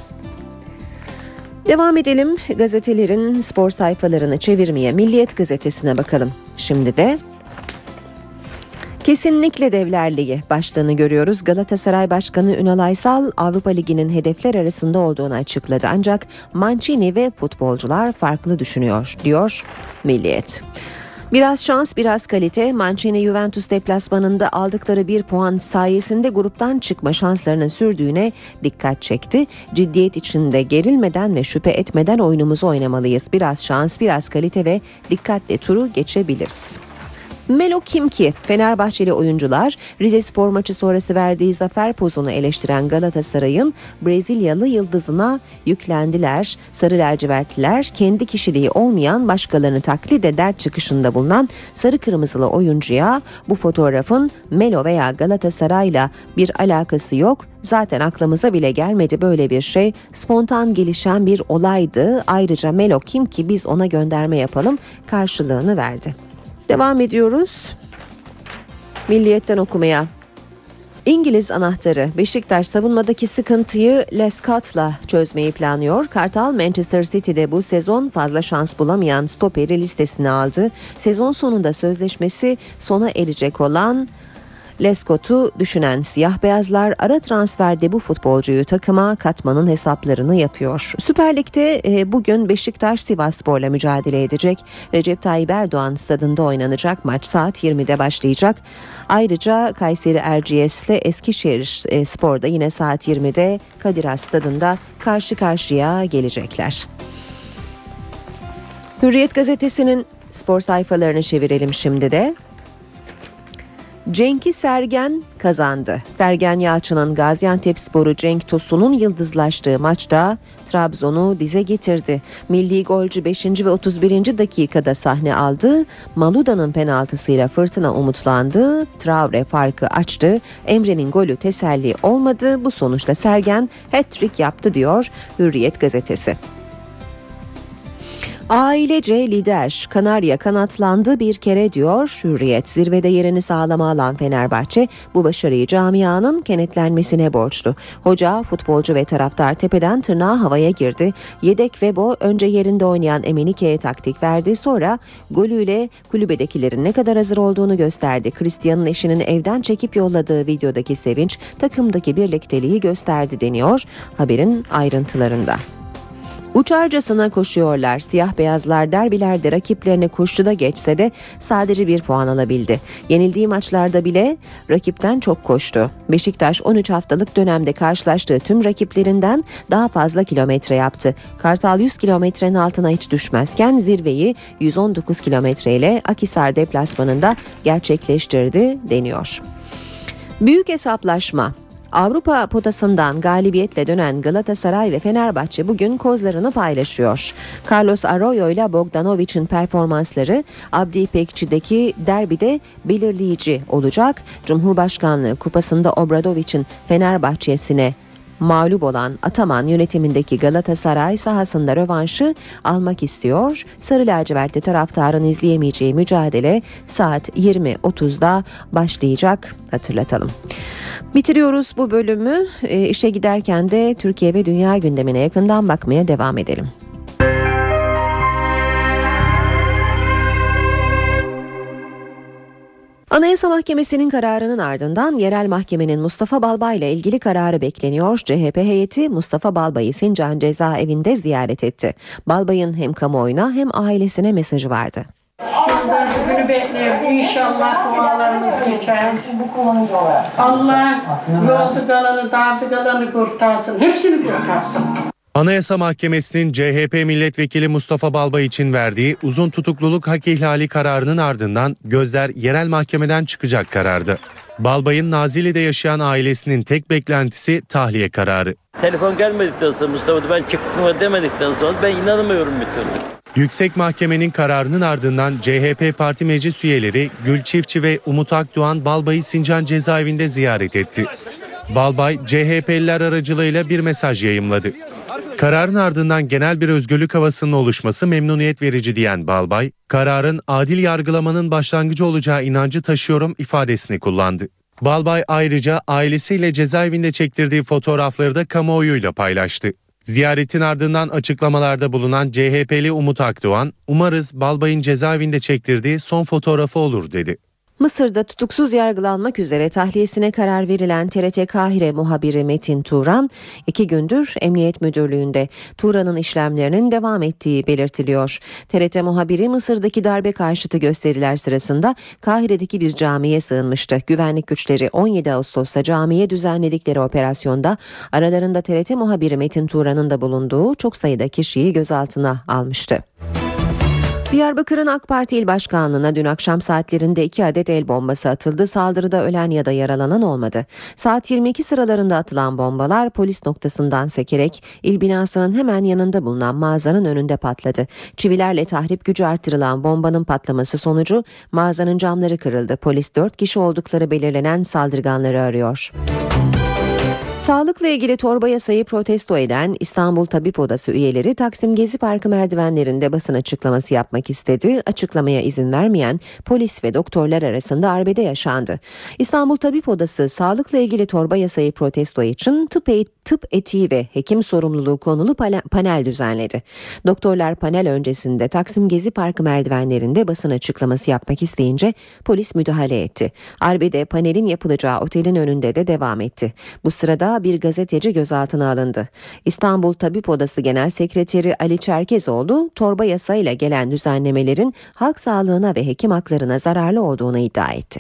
Devam edelim gazetelerin spor sayfalarını çevirmeye. Milliyet gazetesine bakalım. Şimdi de kesinlikle Devler Ligi başlığını görüyoruz. Galatasaray Başkanı Ünal Aysal Avrupa Ligi'nin hedefler arasında olduğunu açıkladı. Ancak Mancini ve futbolcular farklı düşünüyor diyor Milliyet. Biraz şans, biraz kalite. Mancini Juventus deplasmanında aldıkları bir puan sayesinde gruptan çıkma şanslarının sürdüğüne dikkat çekti. Ciddiyet içinde gerilmeden ve şüphe etmeden oyunumuzu oynamalıyız. Biraz şans, biraz kalite ve dikkatle turu geçebiliriz. Melo kim ki? Fenerbahçeli oyuncular Rizespor maçı sonrası verdiği zafer pozunu eleştiren Galatasaray'ın Brezilyalı yıldızına yüklendiler. Sarı lacivertliler kendi kişiliği olmayan başkalarını taklit eder çıkışında bulunan sarı kırmızılı oyuncuya bu fotoğrafın Melo veya Galatasaray'la bir alakası yok. Zaten aklımıza bile gelmedi böyle bir şey. Spontan gelişen bir olaydı. Ayrıca Melo kim ki biz ona gönderme yapalım karşılığını verdi. Devam ediyoruz. Milliyet'ten okumaya. İngiliz anahtarı Beşiktaş savunmadaki sıkıntıyı Lescott'la çözmeyi planlıyor. Kartal Manchester City'de bu sezon fazla şans bulamayan stoperi listesine aldı. Sezon sonunda sözleşmesi sona erecek olan Lescott'u düşünen siyah beyazlar ara transferde bu futbolcuyu takıma katmanın hesaplarını yapıyor. Süper Lig'de e, bugün Beşiktaş Sivasspor'la mücadele edecek. Recep Tayyip Erdoğan stadında oynanacak maç saat yirmide başlayacak. Ayrıca Kayseri Erciyes'le Eskişehir e, Spor'da yine saat yirmide Kadir Has stadında karşı karşıya gelecekler. Hürriyet gazetesinin spor sayfalarını çevirelim şimdi de. Cenk'i Sergen kazandı. Sergen Yalçın'ın Gaziantepspor'u Cenk Tosun'un yıldızlaştığı maçta Trabzon'u dize getirdi. Milli golcü beşinci ve otuz birinci dakikada sahne aldı. Maluda'nın penaltısıyla Fırtına umutlandı. Traore farkı açtı. Emre'nin golü teselli olmadı. Bu sonuçla Sergen hat-trick yaptı diyor Hürriyet gazetesi. Ailece lider, Kanarya kanatlandı bir kere diyor Hürriyet. Zirvede yerini sağlama alan Fenerbahçe bu başarıyı camianın kenetlenmesine borçlu. Hoca, futbolcu ve taraftar tepeden tırnağa havaya girdi. Yedek Vebo önce yerinde oynayan Emenike'ye taktik verdi. Sonra golüyle kulübedekilerin ne kadar hazır olduğunu gösterdi. Cristiano'nun eşinin evden çekip yolladığı videodaki sevinç takımdaki birlikteliği gösterdi deniyor haberin ayrıntılarında. Uçarcasına koşuyorlar. Siyah beyazlar derbilerde rakiplerine koşuda geçse de sadece bir puan alabildi. Yenildiği maçlarda bile rakipten çok koştu. Beşiktaş on üç haftalık dönemde karşılaştığı tüm rakiplerinden daha fazla kilometre yaptı. Kartal yüz kilometrenin altına hiç düşmezken zirveyi yüz on dokuz kilometre ile Akhisar deplasmanında gerçekleştirdi deniyor. Büyük hesaplaşma. Avrupa potasından galibiyetle dönen Galatasaray ve Fenerbahçe bugün kozlarını paylaşıyor. Carlos Arroyo ile Bogdanovic'in performansları Abdi İpekçi'deki derbide belirleyici olacak. Cumhurbaşkanlığı Kupası'nda Obradovic'in Fenerbahçe'sine mağlup olan Ataman yönetimindeki Galatasaray sahasında rövanşı almak istiyor. Sarı lacivertli taraftarın izleyemeyeceği mücadele saat yirmi otuzda başlayacak, hatırlatalım. Bitiriyoruz bu bölümü. E, işe giderken de Türkiye ve dünya gündemine yakından bakmaya devam edelim. Anayasa Mahkemesi'nin kararının ardından yerel mahkemenin Mustafa Balbay ile ilgili kararı bekleniyor. C H P heyeti Mustafa Balbay'ı Sincan Cezaevinde ziyaret etti. Balbay'ın hem kamuoyuna hem ailesine mesajı vardı. Yıldır bugünü bekliyoruz. İnşallah dualarımız geçer. Allah yolda kalanı, dağda kalanı kurtarsın. Hepsini kurtarsın. Anayasa Mahkemesi'nin C H P milletvekili Mustafa Balbay için verdiği uzun tutukluluk hak ihlali kararının ardından gözler yerel mahkemeden çıkacak karardı. Balbay'ın Nazilli'de yaşayan ailesinin tek beklentisi tahliye kararı. Telefon gelmedikten sonra Mustafa ben çıkma demedikten sonra ben inanamıyorum bir türlü. Yüksek Mahkemenin kararının ardından C H P Parti Meclis üyeleri Gül Çiftçi ve Umut Akdoğan Balbay'ı Sincan Cezaevinde ziyaret etti. Balbay, C H P'liler aracılığıyla bir mesaj yayımladı. Kararın ardından genel bir özgürlük havasının oluşması memnuniyet verici diyen Balbay, kararın adil yargılamanın başlangıcı olacağı inancı taşıyorum ifadesini kullandı. Balbay ayrıca ailesiyle cezaevinde çektirdiği fotoğrafları da kamuoyuyla paylaştı. Ziyaretin ardından açıklamalarda bulunan C H P'li Umut Akdoğan, "Umarız Balbay'ın cezaevinde çektirdiği son fotoğrafı olur." dedi. Mısır'da tutuksuz yargılanmak üzere tahliyesine karar verilen T R T Kahire muhabiri Metin Turan, iki gündür Emniyet Müdürlüğü'nde. Turan'ın işlemlerinin devam ettiği belirtiliyor. T R T muhabiri Mısır'daki darbe karşıtı gösteriler sırasında Kahire'deki bir camiye sığınmıştı. Güvenlik güçleri on yedi Ağustos'ta camiye düzenledikleri operasyonda aralarında T R T muhabiri Metin Turan'ın da bulunduğu çok sayıda kişiyi gözaltına almıştı. Diyarbakır'ın AK Parti İl Başkanlığı'na dün akşam saatlerinde iki adet el bombası atıldı. Saldırıda ölen ya da yaralanan olmadı. Saat yirmi iki sıralarında atılan bombalar polis noktasından sekerek il binasının hemen yanında bulunan mağazanın önünde patladı. Çivilerle tahrip gücü artırılan bombanın patlaması sonucu mağazanın camları kırıldı. Polis dört kişi oldukları belirlenen saldırganları arıyor. Sağlıkla ilgili torba yasayı protesto eden İstanbul Tabip Odası üyeleri Taksim Gezi Parkı merdivenlerinde basın açıklaması yapmak istedi. Açıklamaya izin vermeyen polis ve doktorlar arasında arbede yaşandı. İstanbul Tabip Odası sağlıkla ilgili torba yasayı protesto için tıp, e- tıp etiği ve hekim sorumluluğu konulu panel düzenledi. Doktorlar panel öncesinde Taksim Gezi Parkı merdivenlerinde basın açıklaması yapmak isteyince polis müdahale etti. Arbede panelin yapılacağı otelin önünde de devam etti. Bu sırada bir gazeteci gözaltına alındı. İstanbul Tabip Odası Genel Sekreteri Ali Çerkezoğlu, torba yasayla gelen düzenlemelerin halk sağlığına ve hekim haklarına zararlı olduğunu iddia etti.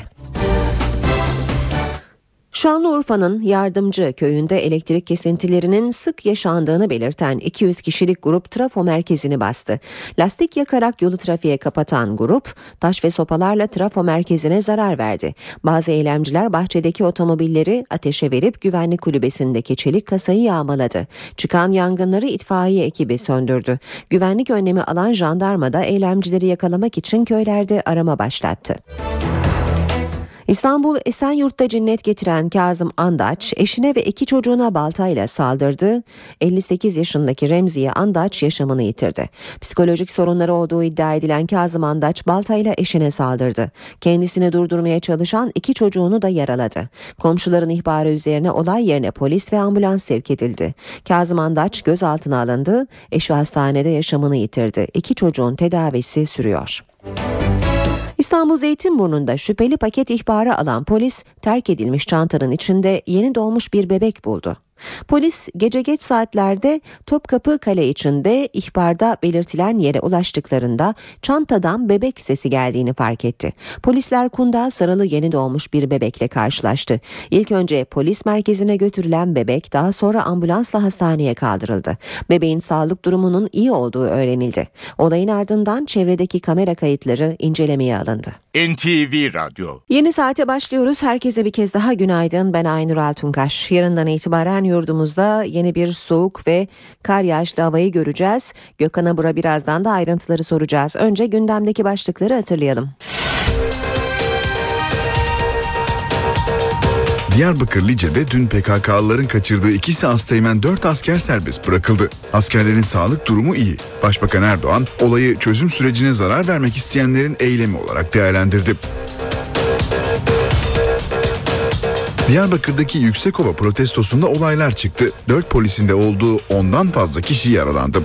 Şanlıurfa'nın Yardımcı köyünde elektrik kesintilerinin sık yaşandığını belirten iki yüz kişilik grup trafo merkezini bastı. Lastik yakarak yolu trafiğe kapatan grup taş ve sopalarla trafo merkezine zarar verdi. Bazı eylemciler bahçedeki otomobilleri ateşe verip güvenlik kulübesindeki çelik kasayı yağmaladı. Çıkan yangınları itfaiye ekibi söndürdü. Güvenlik önlemi alan jandarma da eylemcileri yakalamak için köylerde arama başlattı. İstanbul Esenyurt'ta cinnet getiren Kazım Andaç eşine ve iki çocuğuna baltayla saldırdı. elli sekiz yaşındaki Remziye Andaç yaşamını yitirdi. Psikolojik sorunları olduğu iddia edilen Kazım Andaç baltayla eşine saldırdı. Kendisini durdurmaya çalışan iki çocuğunu da yaraladı. Komşuların ihbarı üzerine olay yerine polis ve ambulans sevk edildi. Kazım Andaç gözaltına alındı. Eşi hastanede yaşamını yitirdi. İki çocuğun tedavisi sürüyor. İstanbul Zeytinburnu'nda şüpheli paket ihbarı alan polis terk edilmiş çantanın içinde yeni doğmuş bir bebek buldu. Polis gece geç saatlerde Topkapı Kale içinde ihbarda belirtilen yere ulaştıklarında çantadan bebek sesi geldiğini fark etti. Polisler kundağa sarılı yeni doğmuş bir bebekle karşılaştı. İlk önce polis merkezine götürülen bebek daha sonra ambulansla hastaneye kaldırıldı. Bebeğin sağlık durumunun iyi olduğu öğrenildi. Olayın ardından çevredeki kamera kayıtları incelemeye alındı. N T V Radyo. Yeni saate başlıyoruz. Herkese bir kez daha günaydın. Ben Aynur Altunkaş. Yarından itibaren yurdumuzda yeni bir soğuk ve kar yağışlı havayı göreceğiz. Gökhan Abur'a birazdan da ayrıntıları soracağız. Önce gündemdeki başlıkları hatırlayalım. Diyarbakır Lice'de dün P K K'lıların kaçırdığı ikisi asteğmen dört asker serbest bırakıldı. Askerlerin sağlık durumu iyi. Başbakan Erdoğan olayı çözüm sürecine zarar vermek isteyenlerin eylemi olarak değerlendirdi. Diyarbakır'daki Yüksekova protestosunda olaylar çıktı. Dört polisin de olduğu ondan fazla kişi yaralandı.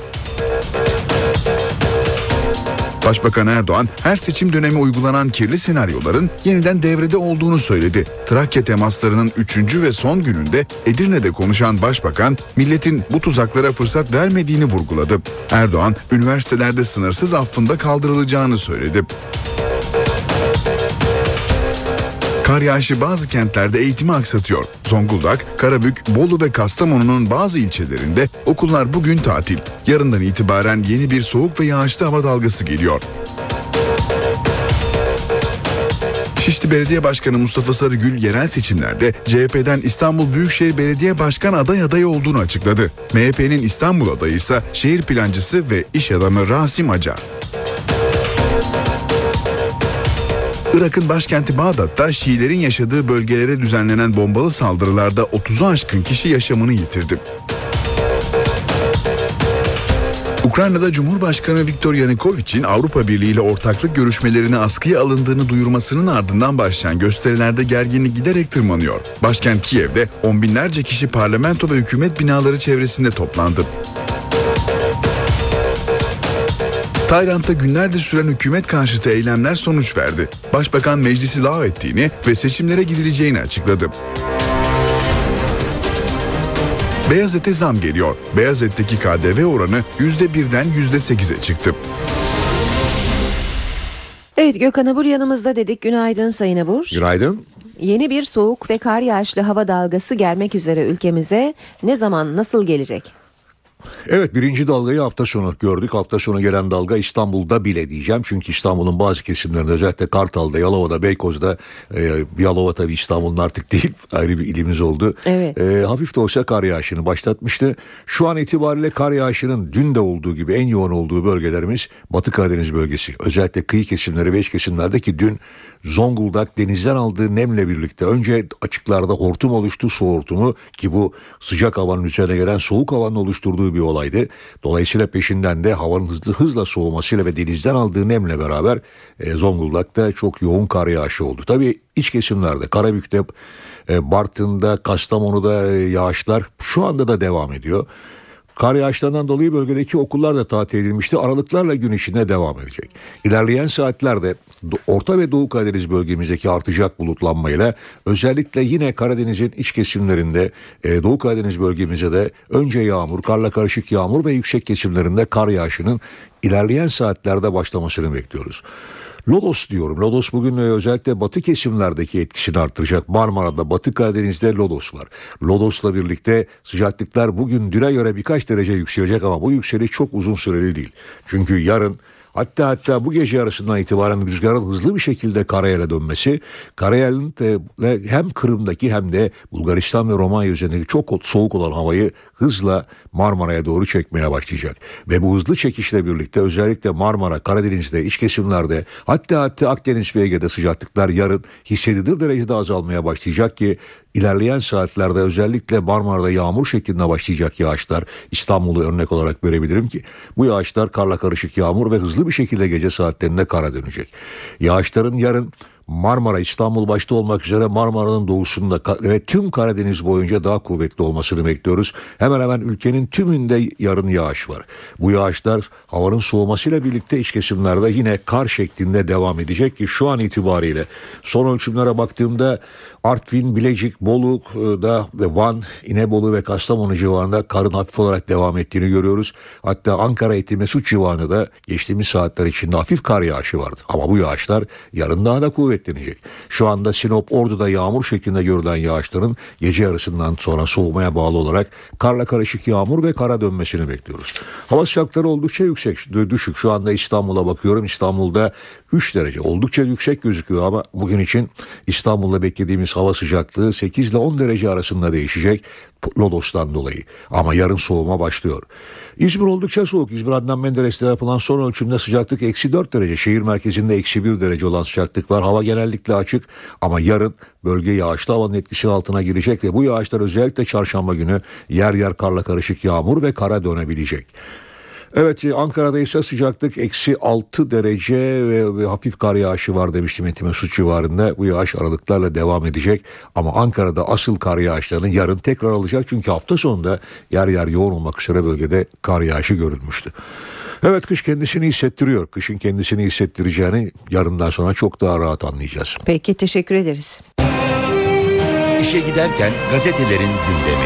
Başbakan Erdoğan her seçim dönemi uygulanan kirli senaryoların yeniden devrede olduğunu söyledi. Trakya temaslarının üçüncü ve son gününde Edirne'de konuşan Başbakan, milletin bu tuzaklara fırsat vermediğini vurguladı. Erdoğan, üniversitelerde sınırsız affında kaldırılacağını söyledi. Kar yağışı bazı kentlerde eğitimi aksatıyor. Zonguldak, Karabük, Bolu ve Kastamonu'nun bazı ilçelerinde okullar bugün tatil. Yarından itibaren yeni bir soğuk ve yağışlı hava dalgası geliyor. Şişli Belediye Başkanı Mustafa Sarıgül yerel seçimlerde C H P'den İstanbul Büyükşehir Belediye Başkan aday adayı olduğunu açıkladı. M H P'nin İstanbul adayı ise şehir plancısı ve iş adamı Rasim Acar. Irak'ın başkenti Bağdat'ta Şiilerin yaşadığı bölgelere düzenlenen bombalı saldırılarda otuzu aşkın kişi yaşamını yitirdi. Ukrayna'da Cumhurbaşkanı Viktor Yanukovych'in Avrupa Birliği ile ortaklık görüşmelerine askıya alındığını duyurmasının ardından başlayan gösterilerde gerginlik giderek tırmanıyor. Başkent Kiev'de on binlerce kişi parlamento ve hükümet binaları çevresinde toplandı. Tayland'da günlerdir süren hükümet karşıtı eylemler sonuç verdi. Başbakan meclisi lağvettiğini ve seçimlere gidileceğini açıkladı. Beyaz ete zam geliyor. Beyaz etteki K D V oranı yüzde birden yüzde sekize çıktı. Evet, Gökhan Abur yanımızda dedik. Günaydın Sayın Abur. Günaydın. Yeni bir soğuk ve kar yağışlı hava dalgası gelmek üzere ülkemize. Ne zaman, nasıl gelecek? Evet, birinci dalgayı hafta sonu gördük. Hafta sonu gelen dalga İstanbul'da bile diyeceğim. Çünkü İstanbul'un bazı kesimlerinde, özellikle Kartal'da, Yalova'da, Beykoz'da, e, Yalova tabii İstanbul'un artık değil, ayrı bir ilimiz oldu. Evet. E, hafif de olsa kar yağışını başlatmıştı. Şu an itibariyle kar yağışının dün de olduğu gibi en yoğun olduğu bölgelerimiz Batı Karadeniz bölgesi. Özellikle kıyı kesimleri ve iç kesimlerde ki dün Zonguldak denizden aldığı nemle birlikte önce açıklarda hortum oluştu, su hortumu, ki bu sıcak havanın üzerine gelen soğuk havanın oluşturduğu bir olaydı. Dolayısıyla peşinden de havanın hızlı hızla soğumasıyla ve denizden aldığı nemle beraber e, Zonguldak'ta çok yoğun kar yağışı oldu. Tabii iç kesimlerde, Karabük'te, e, Bartın'da, Kastamonu'da e, yağışlar şu anda da devam ediyor. Kar yağışlarından dolayı bölgedeki okullar da tatil edilmişti. Aralıklarla gün içinde devam edecek. İlerleyen saatlerde Orta ve Doğu Karadeniz bölgemizdeki artacak bulutlanmayla özellikle yine Karadeniz'in iç kesimlerinde, Doğu Karadeniz bölgemizde de önce yağmur, karla karışık yağmur ve yüksek kesimlerinde kar yağışının ilerleyen saatlerde başlamasını bekliyoruz. Lodos diyorum. Lodos bugün özellikle batı kesimlerdeki etkisini artıracak. Marmara'da, Batı Karadeniz'de lodos var. Lodos'la birlikte sıcaklıklar bugün düne göre birkaç derece yükselecek ama bu yükseliş çok uzun süreli değil. Çünkü yarın, hatta hatta bu gece arasından itibaren rüzgarın hızlı bir şekilde karayele dönmesi, karayelin hem Kırım'daki hem de Bulgaristan ve Romanya üzerindeki çok soğuk olan havayı hızla Marmara'ya doğru çekmeye başlayacak. Ve bu hızlı çekişle birlikte özellikle Marmara, Karadeniz'de, iç kesimlerde, hatta hatta Akdeniz ve Ege'de sıcaklıklar yarın hissedilir derecede azalmaya başlayacak ki ilerleyen saatlerde özellikle Marmara'da yağmur şeklinde başlayacak yağışlar, İstanbul'u örnek olarak verebilirim ki bu yağışlar karla karışık yağmur ve hızlı bir şekilde gece saatlerinde kara dönecek. Yağışların yarın Marmara, İstanbul başta olmak üzere Marmara'nın doğusunda ve tüm Karadeniz boyunca daha kuvvetli olmasını bekliyoruz. Hemen hemen ülkenin tümünde yarın yağış var. Bu yağışlar havanın soğumasıyla birlikte iç kesimlerde yine kar şeklinde devam edecek ki şu an itibariyle son ölçümlere baktığımda Artvin, Bilecik, Bolu'da ve Van, İnebolu ve Kastamonu civarında karın hafif olarak devam ettiğini görüyoruz. Hatta Ankara, Eti, Mesut civarında da geçtiğimiz saatler içinde hafif kar yağışı vardı. Ama bu yağışlar yarın daha da kuvvetlenecek. Şu anda Sinop, Ordu'da yağmur şeklinde görülen yağışların gece yarısından sonra soğumaya bağlı olarak karla karışık yağmur ve kara dönmesini bekliyoruz. Hava sıcaklıkları oldukça yüksek, düşük. Şu anda İstanbul'a bakıyorum. İstanbul'da üç derece oldukça yüksek gözüküyor ama bugün için İstanbul'da beklediğimiz hava sıcaklığı sekiz ile on derece arasında değişecek Lodos'tan dolayı. Ama yarın soğuma başlıyor. İzmir oldukça soğuk. İzmir Adnan Menderes'te yapılan son ölçümde sıcaklık eksi dört derece. Şehir merkezinde eksi bir derece olan sıcaklık var. Hava genellikle açık ama yarın bölge yağışlı havanın etkisinin altına girecek ve bu yağışlar özellikle çarşamba günü yer yer karla karışık yağmur ve kara dönebilecek. Evet, Ankara'da ise sıcaklık eksi altı derece ve, ve hafif kar yağışı var demiştim Eti Mesut civarında. Bu yağış aralıklarla devam edecek ama Ankara'da asıl kar yağışlarını yarın tekrar alacak. Çünkü hafta sonunda yer yer yoğun olmak üzere bölgede kar yağışı görülmüştü. Evet, kış kendisini hissettiriyor. Kışın kendisini hissettireceğini yarından sonra çok daha rahat anlayacağız. Peki, teşekkür ederiz. İşe giderken gazetelerin gündemi.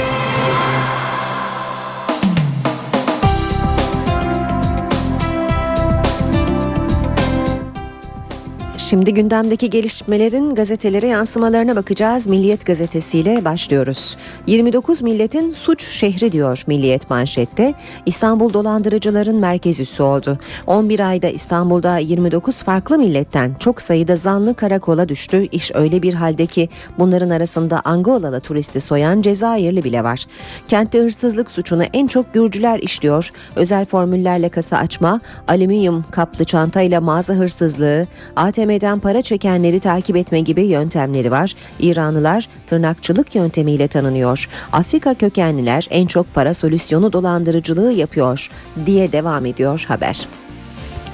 Şimdi gündemdeki gelişmelerin gazetelere yansımalarına bakacağız. Milliyet gazetesiyle başlıyoruz. yirmi dokuz milletin suç şehri diyor Milliyet manşette. İstanbul dolandırıcıların merkez üssü oldu. on bir ayda İstanbul'da yirmi dokuz farklı milletten çok sayıda zanlı karakola düştü. İş öyle bir halde ki bunların arasında Angolalı turisti soyan Cezayirli bile var. Kentte hırsızlık suçunu en çok Gürcüler işliyor. Özel formüllerle kasa açma, alüminyum kaplı çantayla mağaza hırsızlığı, A T M para çekenleri takip etme gibi yöntemleri var. İranlılar tırnakçılık yöntemiyle tanınıyor. Afrika kökenliler en çok para solüsyonu dolandırıcılığı yapıyor diye devam ediyor haber.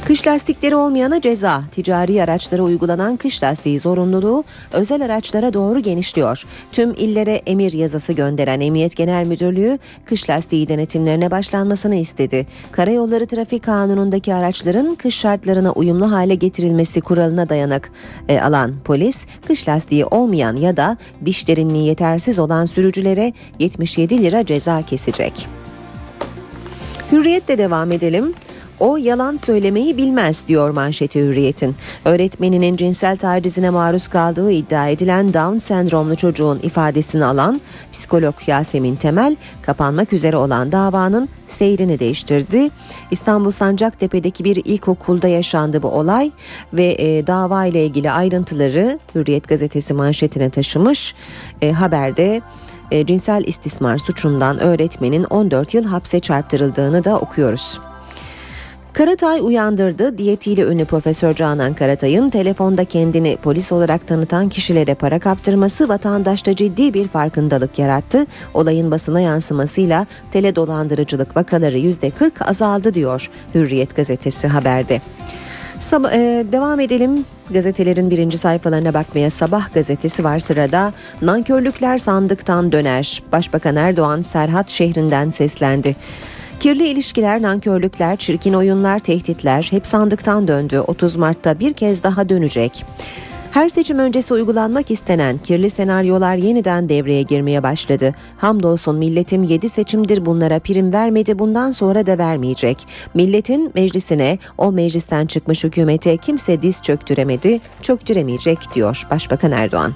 Kış lastikleri olmayana ceza. Ticari araçlara uygulanan kış lastiği zorunluluğu özel araçlara doğru genişliyor. Tüm illere emir yazısı gönderen Emniyet Genel Müdürlüğü kış lastiği denetimlerine başlanmasını istedi. Karayolları Trafik Kanunu'ndaki araçların kış şartlarına uyumlu hale getirilmesi kuralına dayanak e, alan polis, kış lastiği olmayan ya da diş derinliği yetersiz olan sürücülere yetmiş yedi lira ceza kesecek. Hürriyetle devam edelim. O yalan söylemeyi bilmez diyor manşeti Hürriyet'in. Öğretmeninin cinsel tacizine maruz kaldığı iddia edilen Down sendromlu çocuğun ifadesini alan psikolog Yasemin Temel, kapanmak üzere olan davanın seyrini değiştirdi. İstanbul Sancaktepe'deki bir ilkokulda yaşandı bu olay ve e, dava ile ilgili ayrıntıları Hürriyet gazetesi manşetine taşımış. E, haberde e, cinsel istismar suçundan öğretmenin on dört yıl hapse çarptırıldığını da okuyoruz. Karatay uyandırdı. Diyetiyle ünlü Profesör Canan Karatay'ın telefonda kendini polis olarak tanıtan kişilere para kaptırması vatandaşta ciddi bir farkındalık yarattı. Olayın basına yansımasıyla tele dolandırıcılık vakaları yüzde kırk azaldı diyor Hürriyet gazetesi haberde. Sab- e, devam edelim. Gazetelerin birinci sayfalarına bakmaya. Sabah gazetesi var sırada. Nankörlükler sandıktan döner. Başbakan Erdoğan Serhat şehrinden seslendi. Kirli ilişkiler, nankörlükler, çirkin oyunlar, tehditler hep sandıktan döndü. otuz Mart'ta bir kez daha dönecek. Her seçim öncesi uygulanmak istenen kirli senaryolar yeniden devreye girmeye başladı. Hamdolsun milletim yedi seçimdir bunlara prim vermedi, bundan sonra da vermeyecek. Milletin meclisine, o meclisten çıkmış hükümete kimse diz çöktüremedi, çöktüremeyecek diyor Başbakan Erdoğan.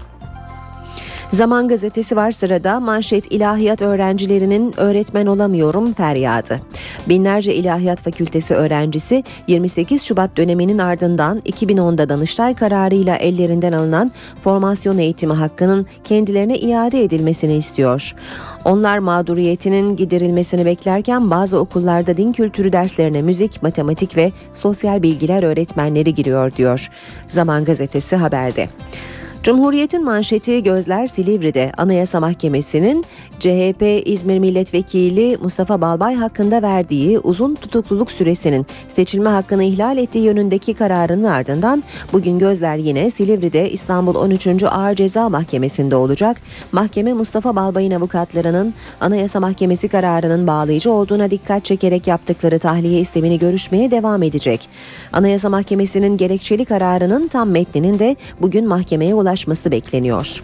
Zaman gazetesi var sırada. Manşet ilahiyat öğrencilerinin öğretmen olamıyorum feryadı. Binlerce ilahiyat fakültesi öğrencisi yirmi sekiz Şubat döneminin ardından iki bin onda Danıştay kararıyla ellerinden alınan formasyon eğitimi hakkının kendilerine iade edilmesini istiyor. Onlar mağduriyetinin giderilmesini beklerken bazı okullarda din kültürü derslerine müzik, matematik ve sosyal bilgiler öğretmenleri giriyor diyor Zaman gazetesi haberde. Cumhuriyet'in manşeti gözler Silivri'de. Anayasa Mahkemesi'nin C H P İzmir Milletvekili Mustafa Balbay hakkında verdiği uzun tutukluluk süresinin seçilme hakkını ihlal ettiği yönündeki kararının ardından bugün gözler yine Silivri'de İstanbul on üçüncü Ağır Ceza Mahkemesi'nde olacak. Mahkeme Mustafa Balbay'ın avukatlarının Anayasa Mahkemesi kararının bağlayıcı olduğuna dikkat çekerek yaptıkları tahliye istemini görüşmeye devam edecek. Anayasa Mahkemesi'nin gerekçeli kararının tam metninin de bugün mahkemeye ulaşması bekleniyor.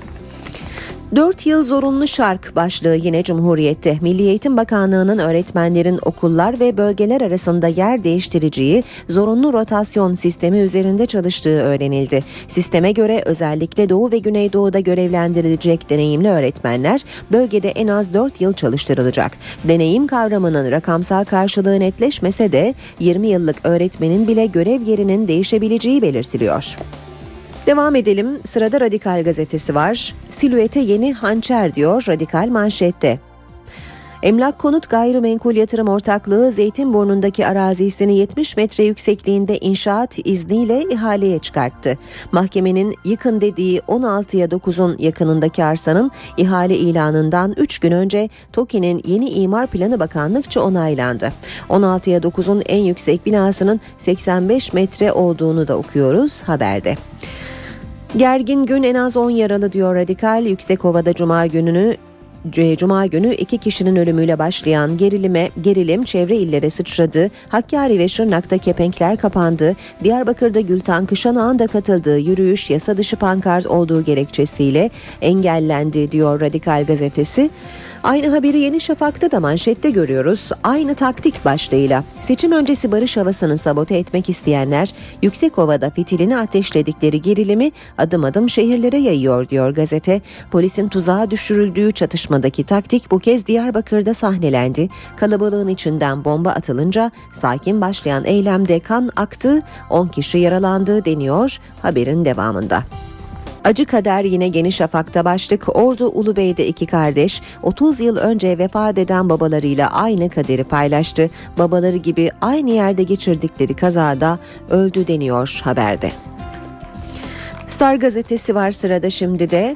dört yıl zorunlu şark başlığı yine Cumhuriyet'te. Milli Eğitim Bakanlığı'nın öğretmenlerin okullar ve bölgeler arasında yer değiştireceği zorunlu rotasyon sistemi üzerinde çalıştığı öğrenildi. Sisteme göre özellikle Doğu ve Güneydoğu'da görevlendirilecek deneyimli öğretmenler bölgede en az dört yıl çalıştırılacak. Deneyim kavramının rakamsal karşılığı netleşmese de yirmi yıllık öğretmenin bile görev yerinin değişebileceği belirtiliyor. Devam edelim. Sırada Radikal gazetesi var. Silüete yeni hançer diyor Radikal manşette. Emlak Konut Gayrimenkul Yatırım Ortaklığı Zeytinburnu'ndaki arazisini yetmiş metre yüksekliğinde inşaat izniyle ihaleye çıkarttı. Mahkemenin yıkın dediği on altıya dokuzun yakınındaki arsanın ihale ilanından üç gün önce TOKİ'nin yeni imar planı bakanlıkça onaylandı. on altıya dokuzun en yüksek binasının seksen beş metre olduğunu da okuyoruz haberde. Gergin gün en az on yaralı diyor Radikal. Yüksekova'da Cuma gününü Cuma günü iki kişinin ölümüyle başlayan gerilime, gerilim çevre illere sıçradı. Hakkari ve Şırnak'ta kepenkler kapandı. Diyarbakır'da Gültan Kışanağ'ın da katıldığı yürüyüş yasa dışı pankart olduğu gerekçesiyle engellendi diyor Radikal gazetesi. Aynı haberi Yeni Şafak'ta da manşette görüyoruz. Aynı taktik başlığıyla seçim öncesi barış havasını sabote etmek isteyenler Yüksekova'da fitilini ateşledikleri gerilimi adım adım şehirlere yayıyor diyor gazete. Polisin tuzağa düşürüldüğü çatışmadaki taktik bu kez Diyarbakır'da sahnelendi. Kalabalığın içinden bomba atılınca sakin başlayan eylemde kan aktı, on kişi yaralandı deniyor haberin devamında. Acı kader yine Yeni Şafak'ta başlık. Ordu Ulubey'de iki kardeş otuz yıl önce vefat eden babalarıyla aynı kaderi paylaştı. Babaları gibi aynı yerde geçirdikleri kazada öldü deniyor haberde. Star gazetesi var sırada şimdi de.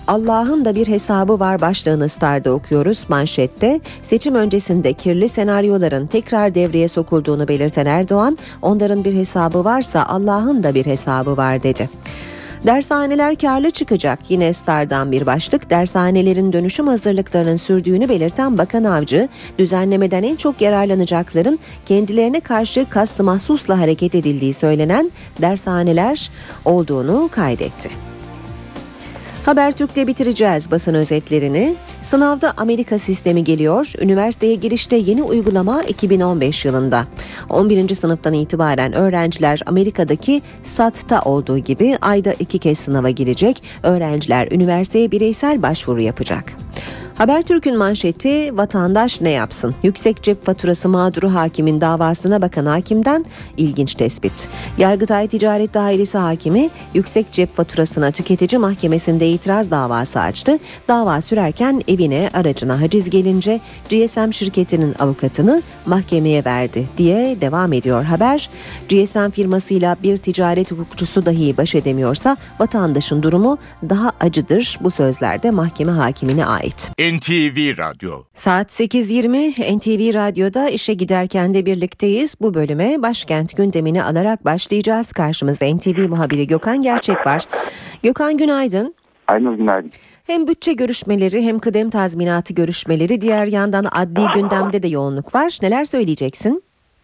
Allah'ın da bir hesabı var başlığını Star'da okuyoruz. Manşette seçim öncesinde kirli senaryoların tekrar devreye sokulduğunu belirten Erdoğan, onların bir hesabı varsa Allah'ın da bir hesabı var dedi. Dershaneler karlı çıkacak. Yine Star'dan bir başlık. Dershanelerin dönüşüm hazırlıklarının sürdüğünü belirten Bakan Avcı, düzenlemeden en çok yararlanacakların kendilerine karşı kast-ı mahsusla hareket edildiği söylenen dershaneler olduğunu kaydetti. Habertürk'te bitireceğiz basın özetlerini. Sınavda Amerika sistemi geliyor. Üniversiteye girişte yeni uygulama iki bin on beş yılında. on birinci sınıftan itibaren öğrenciler Amerika'daki S A T'ta olduğu gibi ayda iki kez sınava girecek. Öğrenciler üniversiteye bireysel başvuru yapacak. Habertürk'ün manşeti vatandaş ne yapsın? Yüksek cep faturası mağduru hakimin davasına bakan hakimden ilginç tespit. Yargıtay Ticaret Dairesi hakimi yüksek cep faturasına tüketici mahkemesinde itiraz davası açtı. Dava sürerken evine aracına haciz gelince G S M şirketinin avukatını mahkemeye verdi diye devam ediyor haber. G S M firmasıyla bir ticaret hukukçusu dahi baş edemiyorsa vatandaşın durumu daha acıdır. Bu sözler de mahkeme hakimine ait. N T V Radyo. Saat sekiz yirmi N T V Radyo'da işe giderken de birlikteyiz. Bu bölüme başkent gündemini alarak başlayacağız. Karşımızda N T V muhabiri Gökhan Gerçek var. Gökhan günaydın. Aynur günaydın. Hem bütçe görüşmeleri hem kıdem tazminatı görüşmeleri, diğer yandan adli gündemde de yoğunluk var. Neler söyleyeceksin?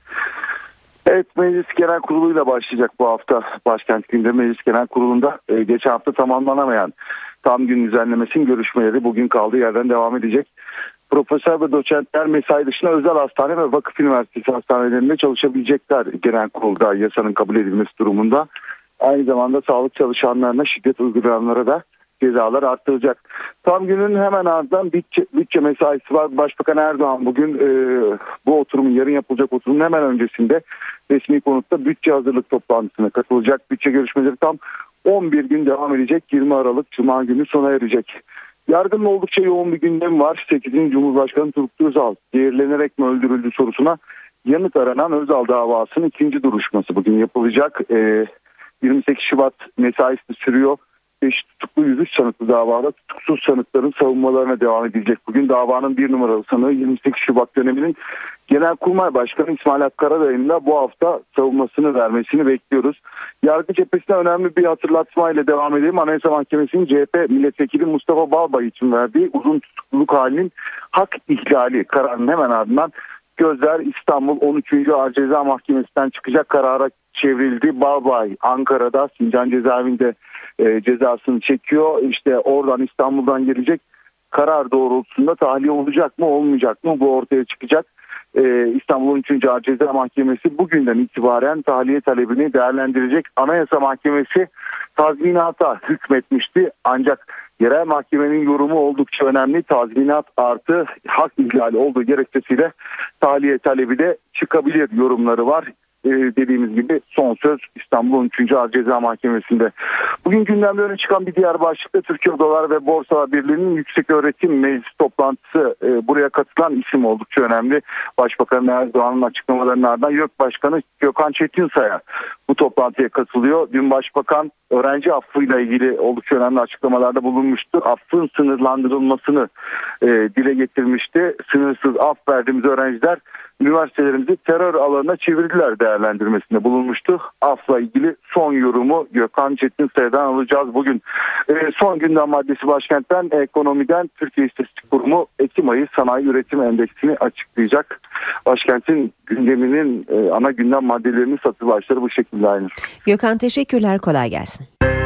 Evet, Meclis Genel Kurulu'yla başlayacak bu hafta başkent gündemi. Meclis Genel Kurulu'nda e, geçen hafta tamamlanamayan tam gün düzenlemesinin görüşmeleri bugün kaldığı yerden devam edecek. Profesör ve doçentler mesai dışında özel hastane ve vakıf üniversitesi hastanelerinde çalışabilecekler genel kurulda yasanın kabul edilmesi durumunda. Aynı zamanda sağlık çalışanlarına şiddet uygulayanlara da cezalar arttıracak. Tam günün hemen ardından bütçe, bütçe mesaisi var. Başbakan Erdoğan bugün e, bu oturumun yarın yapılacak oturumun hemen öncesinde resmi konutta bütçe hazırlık toplantısına katılacak. Bütçe görüşmeleri tam on bir gün devam edecek. yirmi Aralık Cuma günü sona erecek. Yargının oldukça yoğun bir gündem var. sekizinci Cumhurbaşkanı Turgut Özal zehirlenerek mi öldürüldü sorusuna yanıt aranan Özal davasının ikinci duruşması bugün yapılacak. Ee, yirmi sekiz Şubat mesaisi sürüyor. beş tutuklu yüz üç sanıklı davada tutuksuz sanıkların savunmalarına devam edilecek. Bugün davanın bir numaralı sanığı yirmi sekiz Şubat döneminin Genelkurmay Başkanı İsmail Hakkı Karadayı'nın da bu hafta savunmasını vermesini bekliyoruz. Yargı cephesine önemli bir hatırlatma ile devam edelim. Anayasa Mahkemesi'nin C H P milletvekili Mustafa Balbay için verdiği uzun tutukluluk halinin hak ihlali kararının hemen ardından gözler İstanbul on üçüncü Ağır Ceza Mahkemesi'nden çıkacak karara çevrildi. Balbay Ankara'da Sincan Cezaevinde e, cezasını çekiyor. İşte oradan İstanbul'dan gelecek karar doğrultusunda tahliye olacak mı olmayacak mı bu ortaya çıkacak. Ee, İstanbul on üçüncü Ağır Ceza Mahkemesi bugünden itibaren tahliye talebini değerlendirecek. Anayasa Mahkemesi tazminata hükmetmişti ancak yerel mahkemenin yorumu oldukça önemli. Tazminat artı hak ihlali olduğu gerekçesiyle tahliye talebi de çıkabilir yorumları var. Ee, dediğimiz gibi son söz İstanbul on üçüncü Ağır Ceza Mahkemesi'nde. Bugün gündemde öne çıkan bir diğer başlıkta Türkiye Odalar ve Borsalar Birliği'nin Yükseköğretim Meclis toplantısı. Ee, buraya katılan isim oldukça önemli. Başbakan Erdoğan'ın açıklamalarının ardından YÖK Başkanı Gökhan Çetinsaya bu toplantıya katılıyor. Dün Başbakan öğrenci affıyla ilgili oldukça önemli açıklamalarda bulunmuştu. Affın sınırlandırılmasını e, dile getirmişti. Sınırsız af verdiğimiz öğrenciler üniversitelerimizi terör alanına çevirdiler değerlendirmesinde bulunmuştu. Af'la ilgili son yorumu Gökhan Çetinsaya'dan alacağız bugün. E, son gündem maddesi başkentten ekonomiden Türkiye İstatistik Kurumu Ekim ayı sanayi üretim endeksini açıklayacak. Başkentin gündeminin e, ana gündem maddelerinin satır başları bu şekilde aynı. Gökhan teşekkürler, kolay gelsin.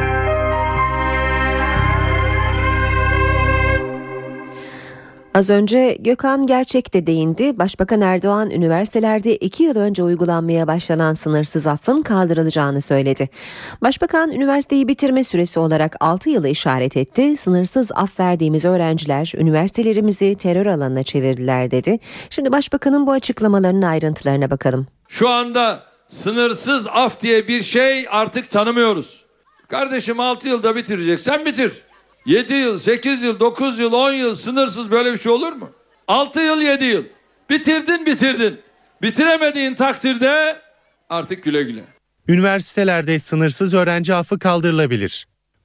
Az önce Gökhan Gerçek de değindi. Başbakan Erdoğan üniversitelerde iki yıl önce uygulanmaya başlanan sınırsız affın kaldırılacağını söyledi. Başbakan üniversiteyi bitirme süresi olarak altı yılı işaret etti. Sınırsız af verdiğimiz öğrenciler üniversitelerimizi terör alanına çevirdiler dedi. Şimdi başbakanın bu açıklamalarının ayrıntılarına bakalım. Şu anda sınırsız af diye bir şey artık tanımıyoruz. Kardeşim altı yılda bitireceksen bitir. yedi yıl, sekiz yıl, dokuz yıl, on yıl sınırsız böyle bir şey olur mu? altı yıl, yedi yıl. Bitirdin bitirdin. Bitiremediğin takdirde artık güle güle. Üniversitelerde sınırsız öğrenci affı kaldırılabilir.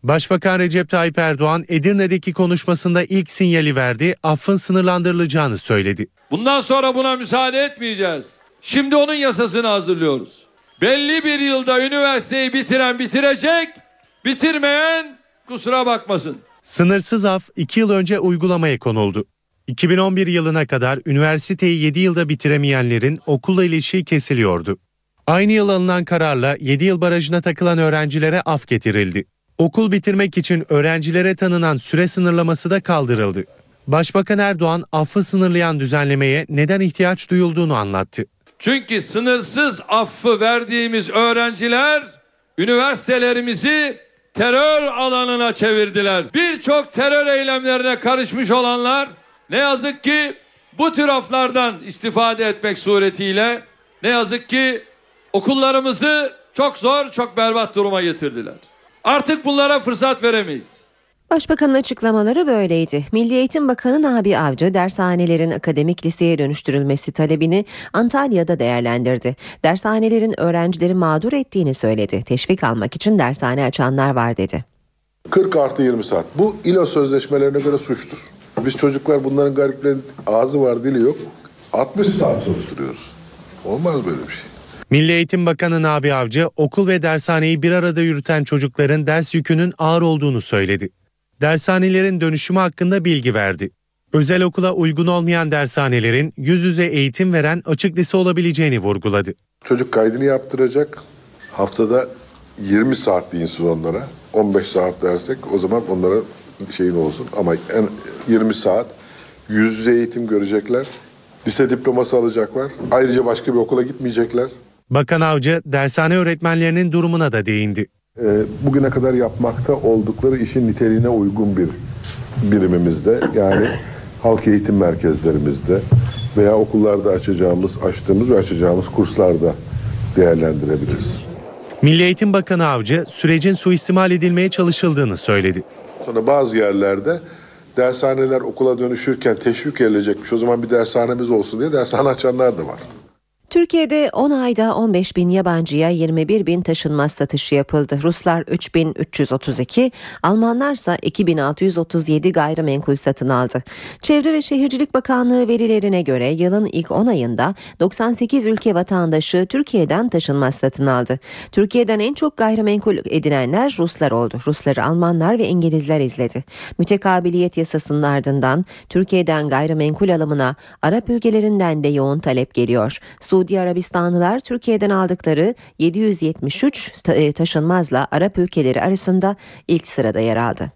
Başbakan Recep Tayyip Erdoğan Edirne'deki konuşmasında ilk sinyali verdi, affın sınırlandırılacağını söyledi. Bundan sonra buna müsaade etmeyeceğiz. Şimdi onun yasasını hazırlıyoruz. Belli bir yılda üniversiteyi bitiren bitirecek, bitirmeyen kusura bakmasın. Sınırsız af iki yıl önce uygulamaya konuldu. iki bin on bir yılına kadar üniversiteyi yedi yılda bitiremeyenlerin okulla ilişiği kesiliyordu. Aynı yıl alınan kararla yedi yıl barajına takılan öğrencilere af getirildi. Okul bitirmek için öğrencilere tanınan süre sınırlaması da kaldırıldı. Başbakan Erdoğan affı sınırlayan düzenlemeye neden ihtiyaç duyulduğunu anlattı. Çünkü sınırsız affı verdiğimiz öğrenciler üniversitelerimizi terör alanına çevirdiler. Birçok terör eylemlerine karışmış olanlar ne yazık ki bu tür aflardan istifade etmek suretiyle ne yazık ki okullarımızı çok zor, çok berbat duruma getirdiler. Artık bunlara fırsat veremeyiz. Başbakanın açıklamaları böyleydi. Milli Eğitim Bakanı Nabi Avcı dershanelerin akademik liseye dönüştürülmesi talebini Antalya'da değerlendirdi. Dershanelerin öğrencileri mağdur ettiğini söyledi. Teşvik almak için dershane açanlar var dedi. kırk artı yirmi saat. Bu İLO sözleşmelerine göre suçtur. Biz çocuklar bunların gariplerin ağzı var dili yok. altmış saat çalıştırıyoruz. Olmaz böyle bir şey. Milli Eğitim Bakanı Nabi Avcı okul ve dershaneyi bir arada yürüten çocukların ders yükünün ağır olduğunu söyledi. Dershanelerin dönüşümü hakkında bilgi verdi. Özel okula uygun olmayan dershanelerin yüz yüze eğitim veren açık lise olabileceğini vurguladı. Çocuk kaydını yaptıracak. Haftada yirmi saat deyinsiz onlara. on beş saat dersek o zaman onlara şeyin olsun. Ama en yirmi saat yüz yüze eğitim görecekler. Lise diploması alacaklar. Ayrıca başka bir okula gitmeyecekler. Bakan Avcı dershane öğretmenlerinin durumuna da değindi. Bugüne kadar yapmakta oldukları işin niteliğine uygun bir birimimizde, yani halk eğitim merkezlerimizde veya okullarda açacağımız, açtığımız ve açacağımız kurslarda değerlendirebiliriz. Milli Eğitim Bakanı Avcı sürecin suistimal edilmeye çalışıldığını söyledi. Sonra bazı yerlerde dershaneler okula dönüşürken teşvik edilecekmiş, o zaman bir dershanemiz olsun diye dershane açanlar da var. Türkiye'de on ayda on beş bin yabancıya yirmi bir bin taşınmaz satışı yapıldı. Ruslar üç bin üç yüz otuz iki, Almanlarsa iki bin altı yüz otuz yedi gayrimenkul satın aldı. Çevre ve Şehircilik Bakanlığı verilerine göre yılın ilk on ayında doksan sekiz ülke vatandaşı Türkiye'den taşınmaz satın aldı. Türkiye'den en çok gayrimenkul edinenler Ruslar oldu. Rusları Almanlar ve İngilizler izledi. Mütekabiliyet yasasının ardından Türkiye'den gayrimenkul alımına Arap ülkelerinden de yoğun talep geliyor. Suudi Arabistanlılar Türkiye'den aldıkları yedi yüz yetmiş üç taşınmazla Arap ülkeleri arasında ilk sırada yer aldı.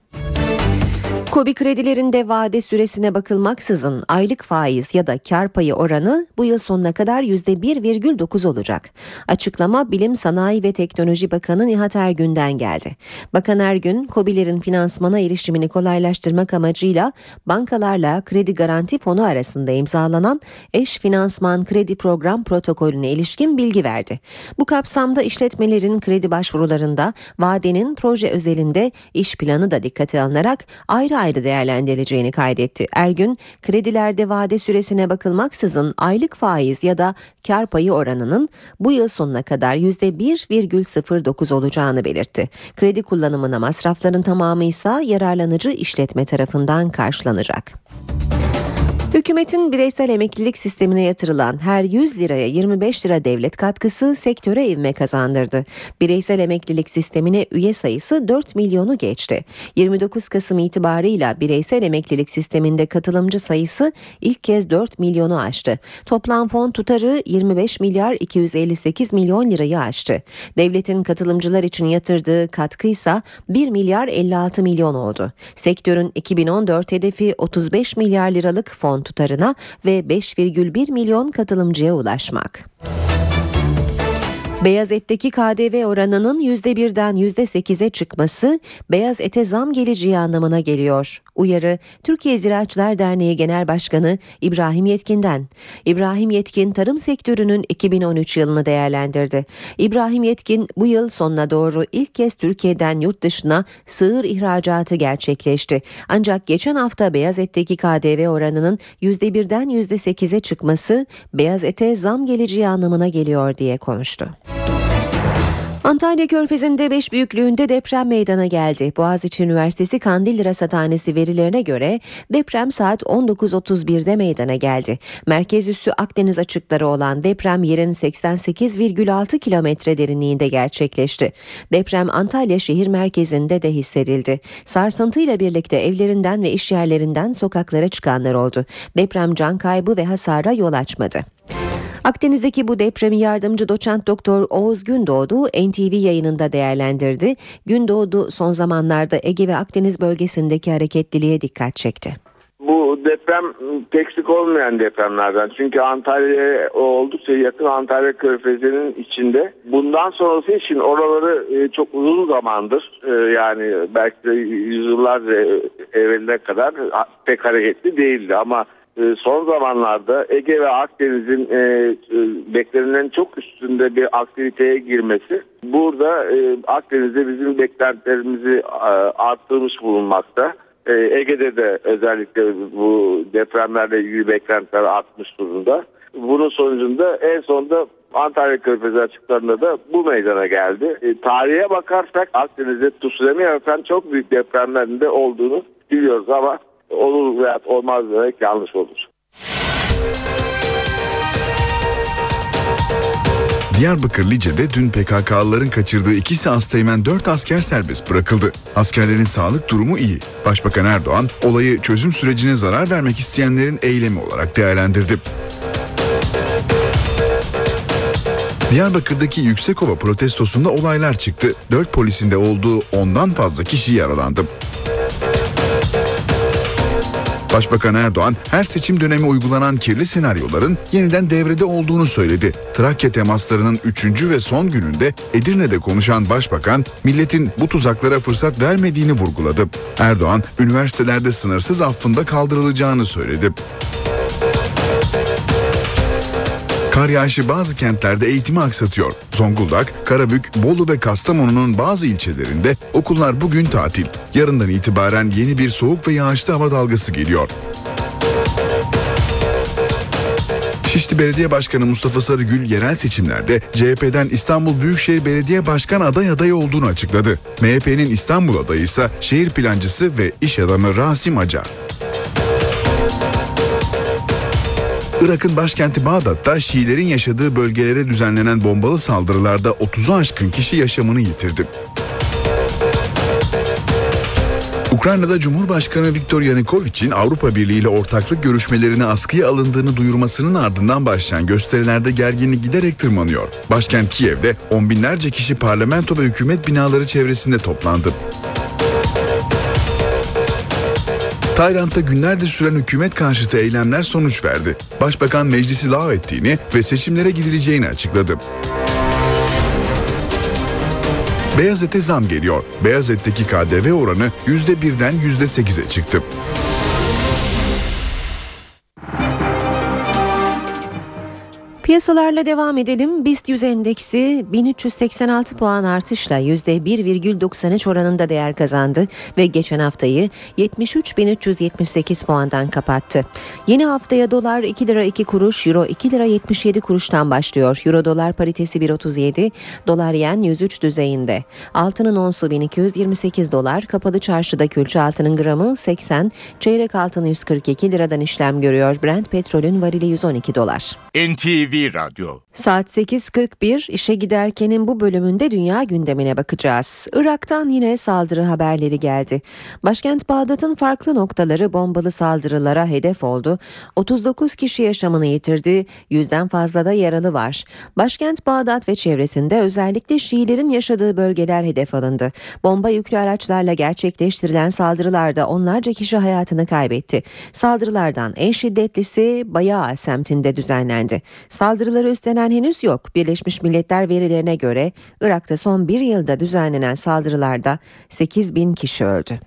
KOBİ kredilerinde vade süresine bakılmaksızın aylık faiz ya da kar payı oranı bu yıl sonuna kadar yüzde bir virgül dokuz olacak. Açıklama Bilim, Sanayi ve Teknoloji Bakanı Nihat Ergün'den geldi. Bakan Ergün, KOBİ'lerin finansmana erişimini kolaylaştırmak amacıyla bankalarla Kredi Garanti Fonu arasında imzalanan eş finansman kredi program protokolüne ilişkin bilgi verdi. Bu kapsamda işletmelerin kredi başvurularında vadenin proje özelinde iş planı da dikkate alınarak ayrı ayrı değerlendirileceğini kaydetti. Ergün, kredilerde vade süresine bakılmaksızın aylık faiz ya da kar payı oranının bu yıl sonuna kadar yüzde bir virgül sıfır dokuz olacağını belirtti. Kredi kullanımına masrafların tamamı ise yararlanıcı işletme tarafından karşılanacak. Hükümetin bireysel emeklilik sistemine yatırılan her yüz liraya yirmi beş lira devlet katkısı sektöre ivme kazandırdı. Bireysel emeklilik sistemine üye sayısı dört milyonu geçti. yirmi dokuz Kasım itibarıyla bireysel emeklilik sisteminde katılımcı sayısı ilk kez dört milyonu aştı. Toplam fon tutarı yirmi beş milyar iki yüz elli sekiz milyon lirayı aştı. Devletin katılımcılar için yatırdığı katkı ise bir milyar elli altı milyon oldu. Sektörün iki bin on dört hedefi otuz beş milyar liralık fon tutarına ve beş virgül bir milyon katılımcıya ulaşmak. Beyaz etteki K D V oranının yüzde birden yüzde sekize çıkması beyaz ete zam geleceği anlamına geliyor. Uyarı Türkiye Ziraatçılar Derneği Genel Başkanı İbrahim Yetkin'den. İbrahim Yetkin tarım sektörünün iki bin on üç yılını değerlendirdi. İbrahim Yetkin bu yıl sonuna doğru ilk kez Türkiye'den yurt dışına sığır ihracatı gerçekleşti. Ancak geçen hafta beyaz etteki K D V oranının yüzde birden yüzde sekize çıkması beyaz ete zam geleceği anlamına geliyor diye konuştu. Antalya Körfezi'nde beş büyüklüğünde deprem meydana geldi. Boğaziçi Üniversitesi Kandilli Rasathanesi verilerine göre deprem saat on dokuz otuz birde meydana geldi. Merkez üssü Akdeniz açıkları olan deprem yerin seksen sekiz virgül altı kilometre derinliğinde gerçekleşti. Deprem Antalya şehir merkezinde de hissedildi. Sarsıntıyla birlikte evlerinden ve iş yerlerinden sokaklara çıkanlar oldu. Deprem can kaybı ve hasara yol açmadı. Akdeniz'deki bu depremi yardımcı doçent doktor Oğuz Gündoğdu N T V yayınında değerlendirdi. Gündoğdu son zamanlarda Ege ve Akdeniz bölgesindeki hareketliliğe dikkat çekti. Bu deprem tek sık olmayan depremlerden. Çünkü Antalya'ya oldukça yakın, Antalya Körfezi'nin içinde. Bundan sonrası için oraları çok uzun zamandır, yani belki de yüzyıllarca evveline kadar pek hareketli değildi. Ama son zamanlarda Ege ve Akdeniz'in e, beklenilen çok üstünde bir aktiviteye girmesi burada e, Akdeniz'de bizim beklentilerimizi e, arttırmış bulunmakta. E, Ege'de de özellikle bu depremlerle ilgili beklentiler artmış durumda. Bunun sonucunda en sonunda Antalya Körfezi açıklarında da bu meydana geldi. E, tarihe bakarsak Akdeniz'de tsunami yaratan çok büyük depremlerin de olduğunu biliyoruz ama olur veya olmaz demek yanlış olur. Diyarbakır Lice'de dün P K K'lıların kaçırdığı ikisi asteğmen dört asker serbest bırakıldı. Askerlerin sağlık durumu iyi. Başbakan Erdoğan olayı çözüm sürecine zarar vermek isteyenlerin eylemi olarak değerlendirdi. Diyarbakır'daki Yüksekova protestosunda olaylar çıktı. Dört polisin de olduğu ondan fazla kişi yaralandı. Başbakan Erdoğan her seçim dönemi uygulanan kirli senaryoların yeniden devrede olduğunu söyledi. Trakya temaslarının üçüncü ve son gününde Edirne'de konuşan Başbakan, milletin bu tuzaklara fırsat vermediğini vurguladı. Erdoğan, üniversitelerde sınırsız affında kaldırılacağını söyledi. Kar yağışı bazı kentlerde eğitimi aksatıyor. Zonguldak, Karabük, Bolu ve Kastamonu'nun bazı ilçelerinde okullar bugün tatil. Yarından itibaren yeni bir soğuk ve yağışlı hava dalgası geliyor. Şişli Belediye Başkanı Mustafa Sarıgül yerel seçimlerde C H P'den İstanbul Büyükşehir Belediye Başkan aday adayı olduğunu açıkladı. M H P'nin İstanbul adayı ise şehir plancısı ve iş adamı Rasim Acar. Irak'ın başkenti Bağdat'ta Şiilerin yaşadığı bölgelere düzenlenen bombalı saldırılarda otuzu aşkın kişi yaşamını yitirdi. Ukrayna'da Cumhurbaşkanı Viktor Yanukovych'in Avrupa Birliği ile ortaklık görüşmelerine askıya alındığını duyurmasının ardından başlayan gösterilerde gerginlik giderek tırmanıyor. Başkent Kiev'de on binlerce kişi parlamento ve hükümet binaları çevresinde toplandı. Tayland'da günlerdir süren hükümet karşıtı eylemler sonuç verdi. Başbakan meclisi lağvettiğini ve seçimlere gidileceğini açıkladı. Beyaz ete zam geliyor. Beyaz etteki K D V oranı yüzde birden yüzde sekize çıktı. Piyasalarla devam edelim. BIST yüz endeksi bin üç yüz seksen altı puan artışla yüzde bir virgül doksan üç oranında değer kazandı ve geçen haftayı yetmiş üç bin üç yüz yetmiş sekiz puandan kapattı. Yeni haftaya dolar iki lira iki kuruş, euro iki lira yetmiş yedi kuruştan başlıyor. Euro dolar paritesi bir otuz yedi, dolar yen yüz üç düzeyinde. Altının onsu bin iki yüz yirmi sekiz dolar, kapalı çarşıda külçe altının gramı seksen, çeyrek altın yüz kırk iki liradan işlem görüyor. Brent petrolün varili yüz on iki dolar. N T V Radyo. Saat sekiz kırk bir, işe giderkenin bu bölümünde dünya gündemine bakacağız. Irak'tan yine saldırı haberleri geldi. Başkent Bağdat'ın farklı noktaları bombalı saldırılara hedef oldu. otuz dokuz kişi yaşamını yitirdi, yüzden fazla da yaralı var. Başkent Bağdat ve çevresinde özellikle Şiilerin yaşadığı bölgeler hedef alındı. Bomba yüklü araçlarla gerçekleştirilen saldırılarda onlarca kişi hayatını kaybetti. Saldırılardan en şiddetlisi Bayağı semtinde düzenlendi. Saldırıları üstlenen henüz yok. Birleşmiş Milletler verilerine göre Irak'ta son bir yılda düzenlenen saldırılarda sekiz bin kişi öldü.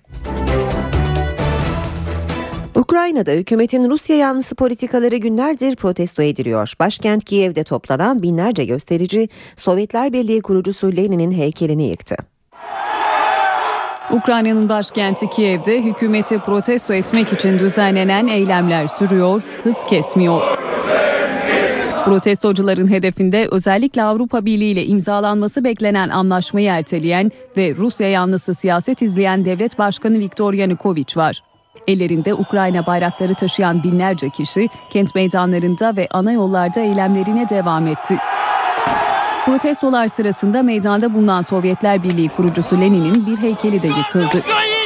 Ukrayna'da hükümetin Rusya yanlısı politikaları günlerdir protesto ediliyor. Başkent Kiev'de toplanan binlerce gösterici Sovyetler Birliği kurucusu Lenin'in heykelini yıktı. Ukrayna'nın başkenti Kiev'de hükümeti protesto etmek için düzenlenen eylemler sürüyor, hız kesmiyor. Protestocuların hedefinde özellikle Avrupa Birliği ile imzalanması beklenen anlaşmayı erteleyen ve Rusya yanlısı siyaset izleyen devlet başkanı Viktor Yanukovych var. Ellerinde Ukrayna bayrakları taşıyan binlerce kişi kent meydanlarında ve ana yollarda eylemlerine devam etti. Protestolar sırasında meydanda bulunan Sovyetler Birliği kurucusu Lenin'in bir heykeli de yıkıldı.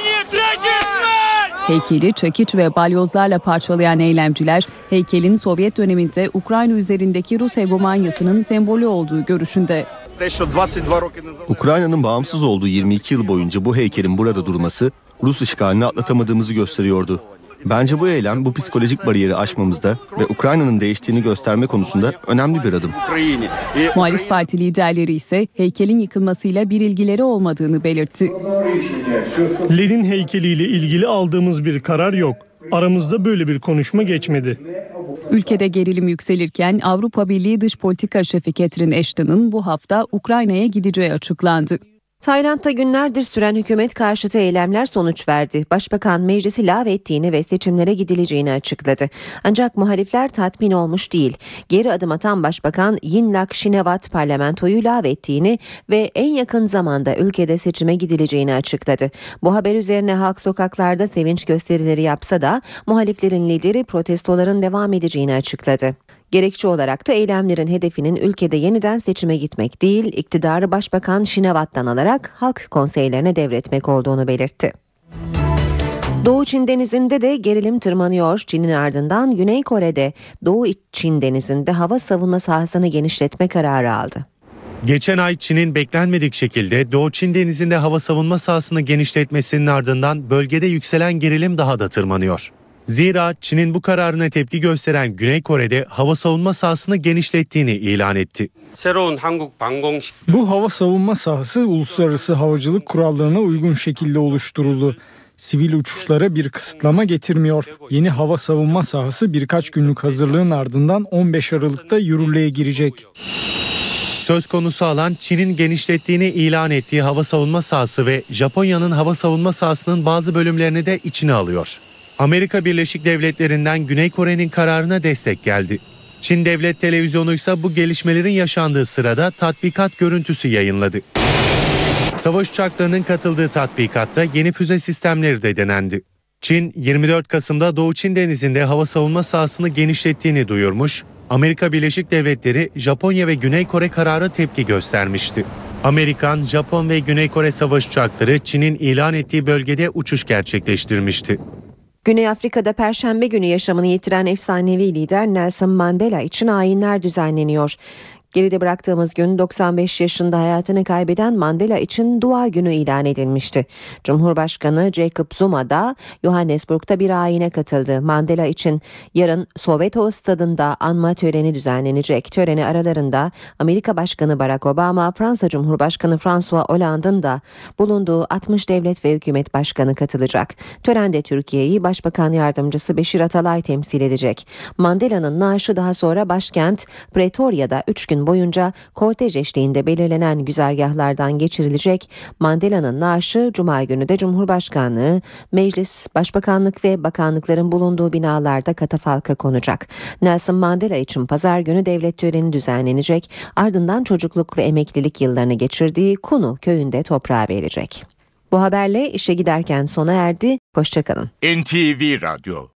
Heykeli çekiç ve balyozlarla parçalayan eylemciler, heykelin Sovyet döneminde Ukrayna üzerindeki Rus hegemonyasının sembolü olduğu görüşünde. Ukrayna'nın bağımsız olduğu yirmi iki yıl boyunca bu heykelin burada durması Rus işgalini atlatamadığımızı gösteriyordu. Bence bu eylem bu psikolojik bariyeri aşmamızda ve Ukrayna'nın değiştiğini gösterme konusunda önemli bir adım. Muhalif parti liderleri ise heykelin yıkılmasıyla bir ilgileri olmadığını belirtti. Lenin heykeliyle ilgili aldığımız bir karar yok. Aramızda böyle bir konuşma geçmedi. Ülkede gerilim yükselirken Avrupa Birliği Dış Politika Şefi Catherine Ashton'ın bu hafta Ukrayna'ya gideceği açıklandı. Tayland'da günlerdir süren hükümet karşıtı eylemler sonuç verdi. Başbakan meclisi lağvettiğini ve seçimlere gidileceğini açıkladı. Ancak muhalifler tatmin olmuş değil. Geri adım atan Başbakan Yingluck Shinawatra parlamentoyu lağvettiğini ve en yakın zamanda ülkede seçime gidileceğini açıkladı. Bu haber üzerine halk sokaklarda sevinç gösterileri yapsa da muhaliflerin lideri protestoların devam edeceğini açıkladı. Gerekçe olarak da eylemlerin hedefinin ülkede yeniden seçime gitmek değil, iktidarı Başbakan Shinawatra'dan alarak halk konseylerine devretmek olduğunu belirtti. Doğu Çin Denizi'nde de gerilim tırmanıyor. Çin'in ardından Güney Kore'de Doğu Çin Denizi'nde hava savunma sahasını genişletme kararı aldı. Geçen ay Çin'in beklenmedik şekilde Doğu Çin Denizi'nde hava savunma sahasını genişletmesinin ardından bölgede yükselen gerilim daha da tırmanıyor. Zira Çin'in bu kararına tepki gösteren Güney Kore'de hava savunma sahasını genişlettiğini ilan etti. Bu hava savunma sahası uluslararası havacılık kurallarına uygun şekilde oluşturuldu. Sivil uçuşlara bir kısıtlama getirmiyor. Yeni hava savunma sahası birkaç günlük hazırlığın ardından on beş Aralık'ta yürürlüğe girecek. Söz konusu alan Çin'in genişlettiğini ilan ettiği hava savunma sahası ve Japonya'nın hava savunma sahasının bazı bölümlerini de içine alıyor. Amerika Birleşik Devletleri'nden Güney Kore'nin kararına destek geldi. Çin Devlet Televizyonu ise bu gelişmelerin yaşandığı sırada tatbikat görüntüsü yayınladı. Savaş uçaklarının katıldığı tatbikatta yeni füze sistemleri de denendi. Çin yirmi dört Kasım'da Doğu Çin Denizi'nde hava savunma sahasını genişlettiğini duyurmuş. Amerika Birleşik Devletleri, Japonya ve Güney Kore karara tepki göstermişti. Amerikan, Japon ve Güney Kore savaş uçakları Çin'in ilan ettiği bölgede uçuş gerçekleştirmişti. Güney Afrika'da Perşembe günü yaşamını yitiren efsanevi lider Nelson Mandela için ayinler düzenleniyor. Geride bıraktığımız gün doksan beş yaşında hayatını kaybeden Mandela için dua günü ilan edilmişti. Cumhurbaşkanı Jacob Zuma da Johannesburg'da bir ayine katıldı. Mandela için yarın Soweto stadında anma töreni düzenlenecek. Töreni aralarında Amerika Başkanı Barack Obama, Fransa Cumhurbaşkanı François Hollande'ın da bulunduğu altmış devlet ve hükümet başkanı katılacak. Törende Türkiye'yi Başbakan Yardımcısı Beşir Atalay temsil edecek. Mandela'nın naaşı daha sonra başkent Pretoria'da üç gün boyunca kortej eşliğinde belirlenen güzergahlardan geçirilecek. Mandela'nın naaşı Cuma günü de Cumhurbaşkanlığı, Meclis, Başbakanlık ve bakanlıkların bulunduğu binalarda katafalka konacak. Nelson Mandela için pazar günü devlet töreni düzenlenecek. Ardından çocukluk ve emeklilik yıllarını geçirdiği Kunu köyünde toprağa verecek. Bu haberle işe giderken sona erdi. Hoşça kalın. N T V Radyo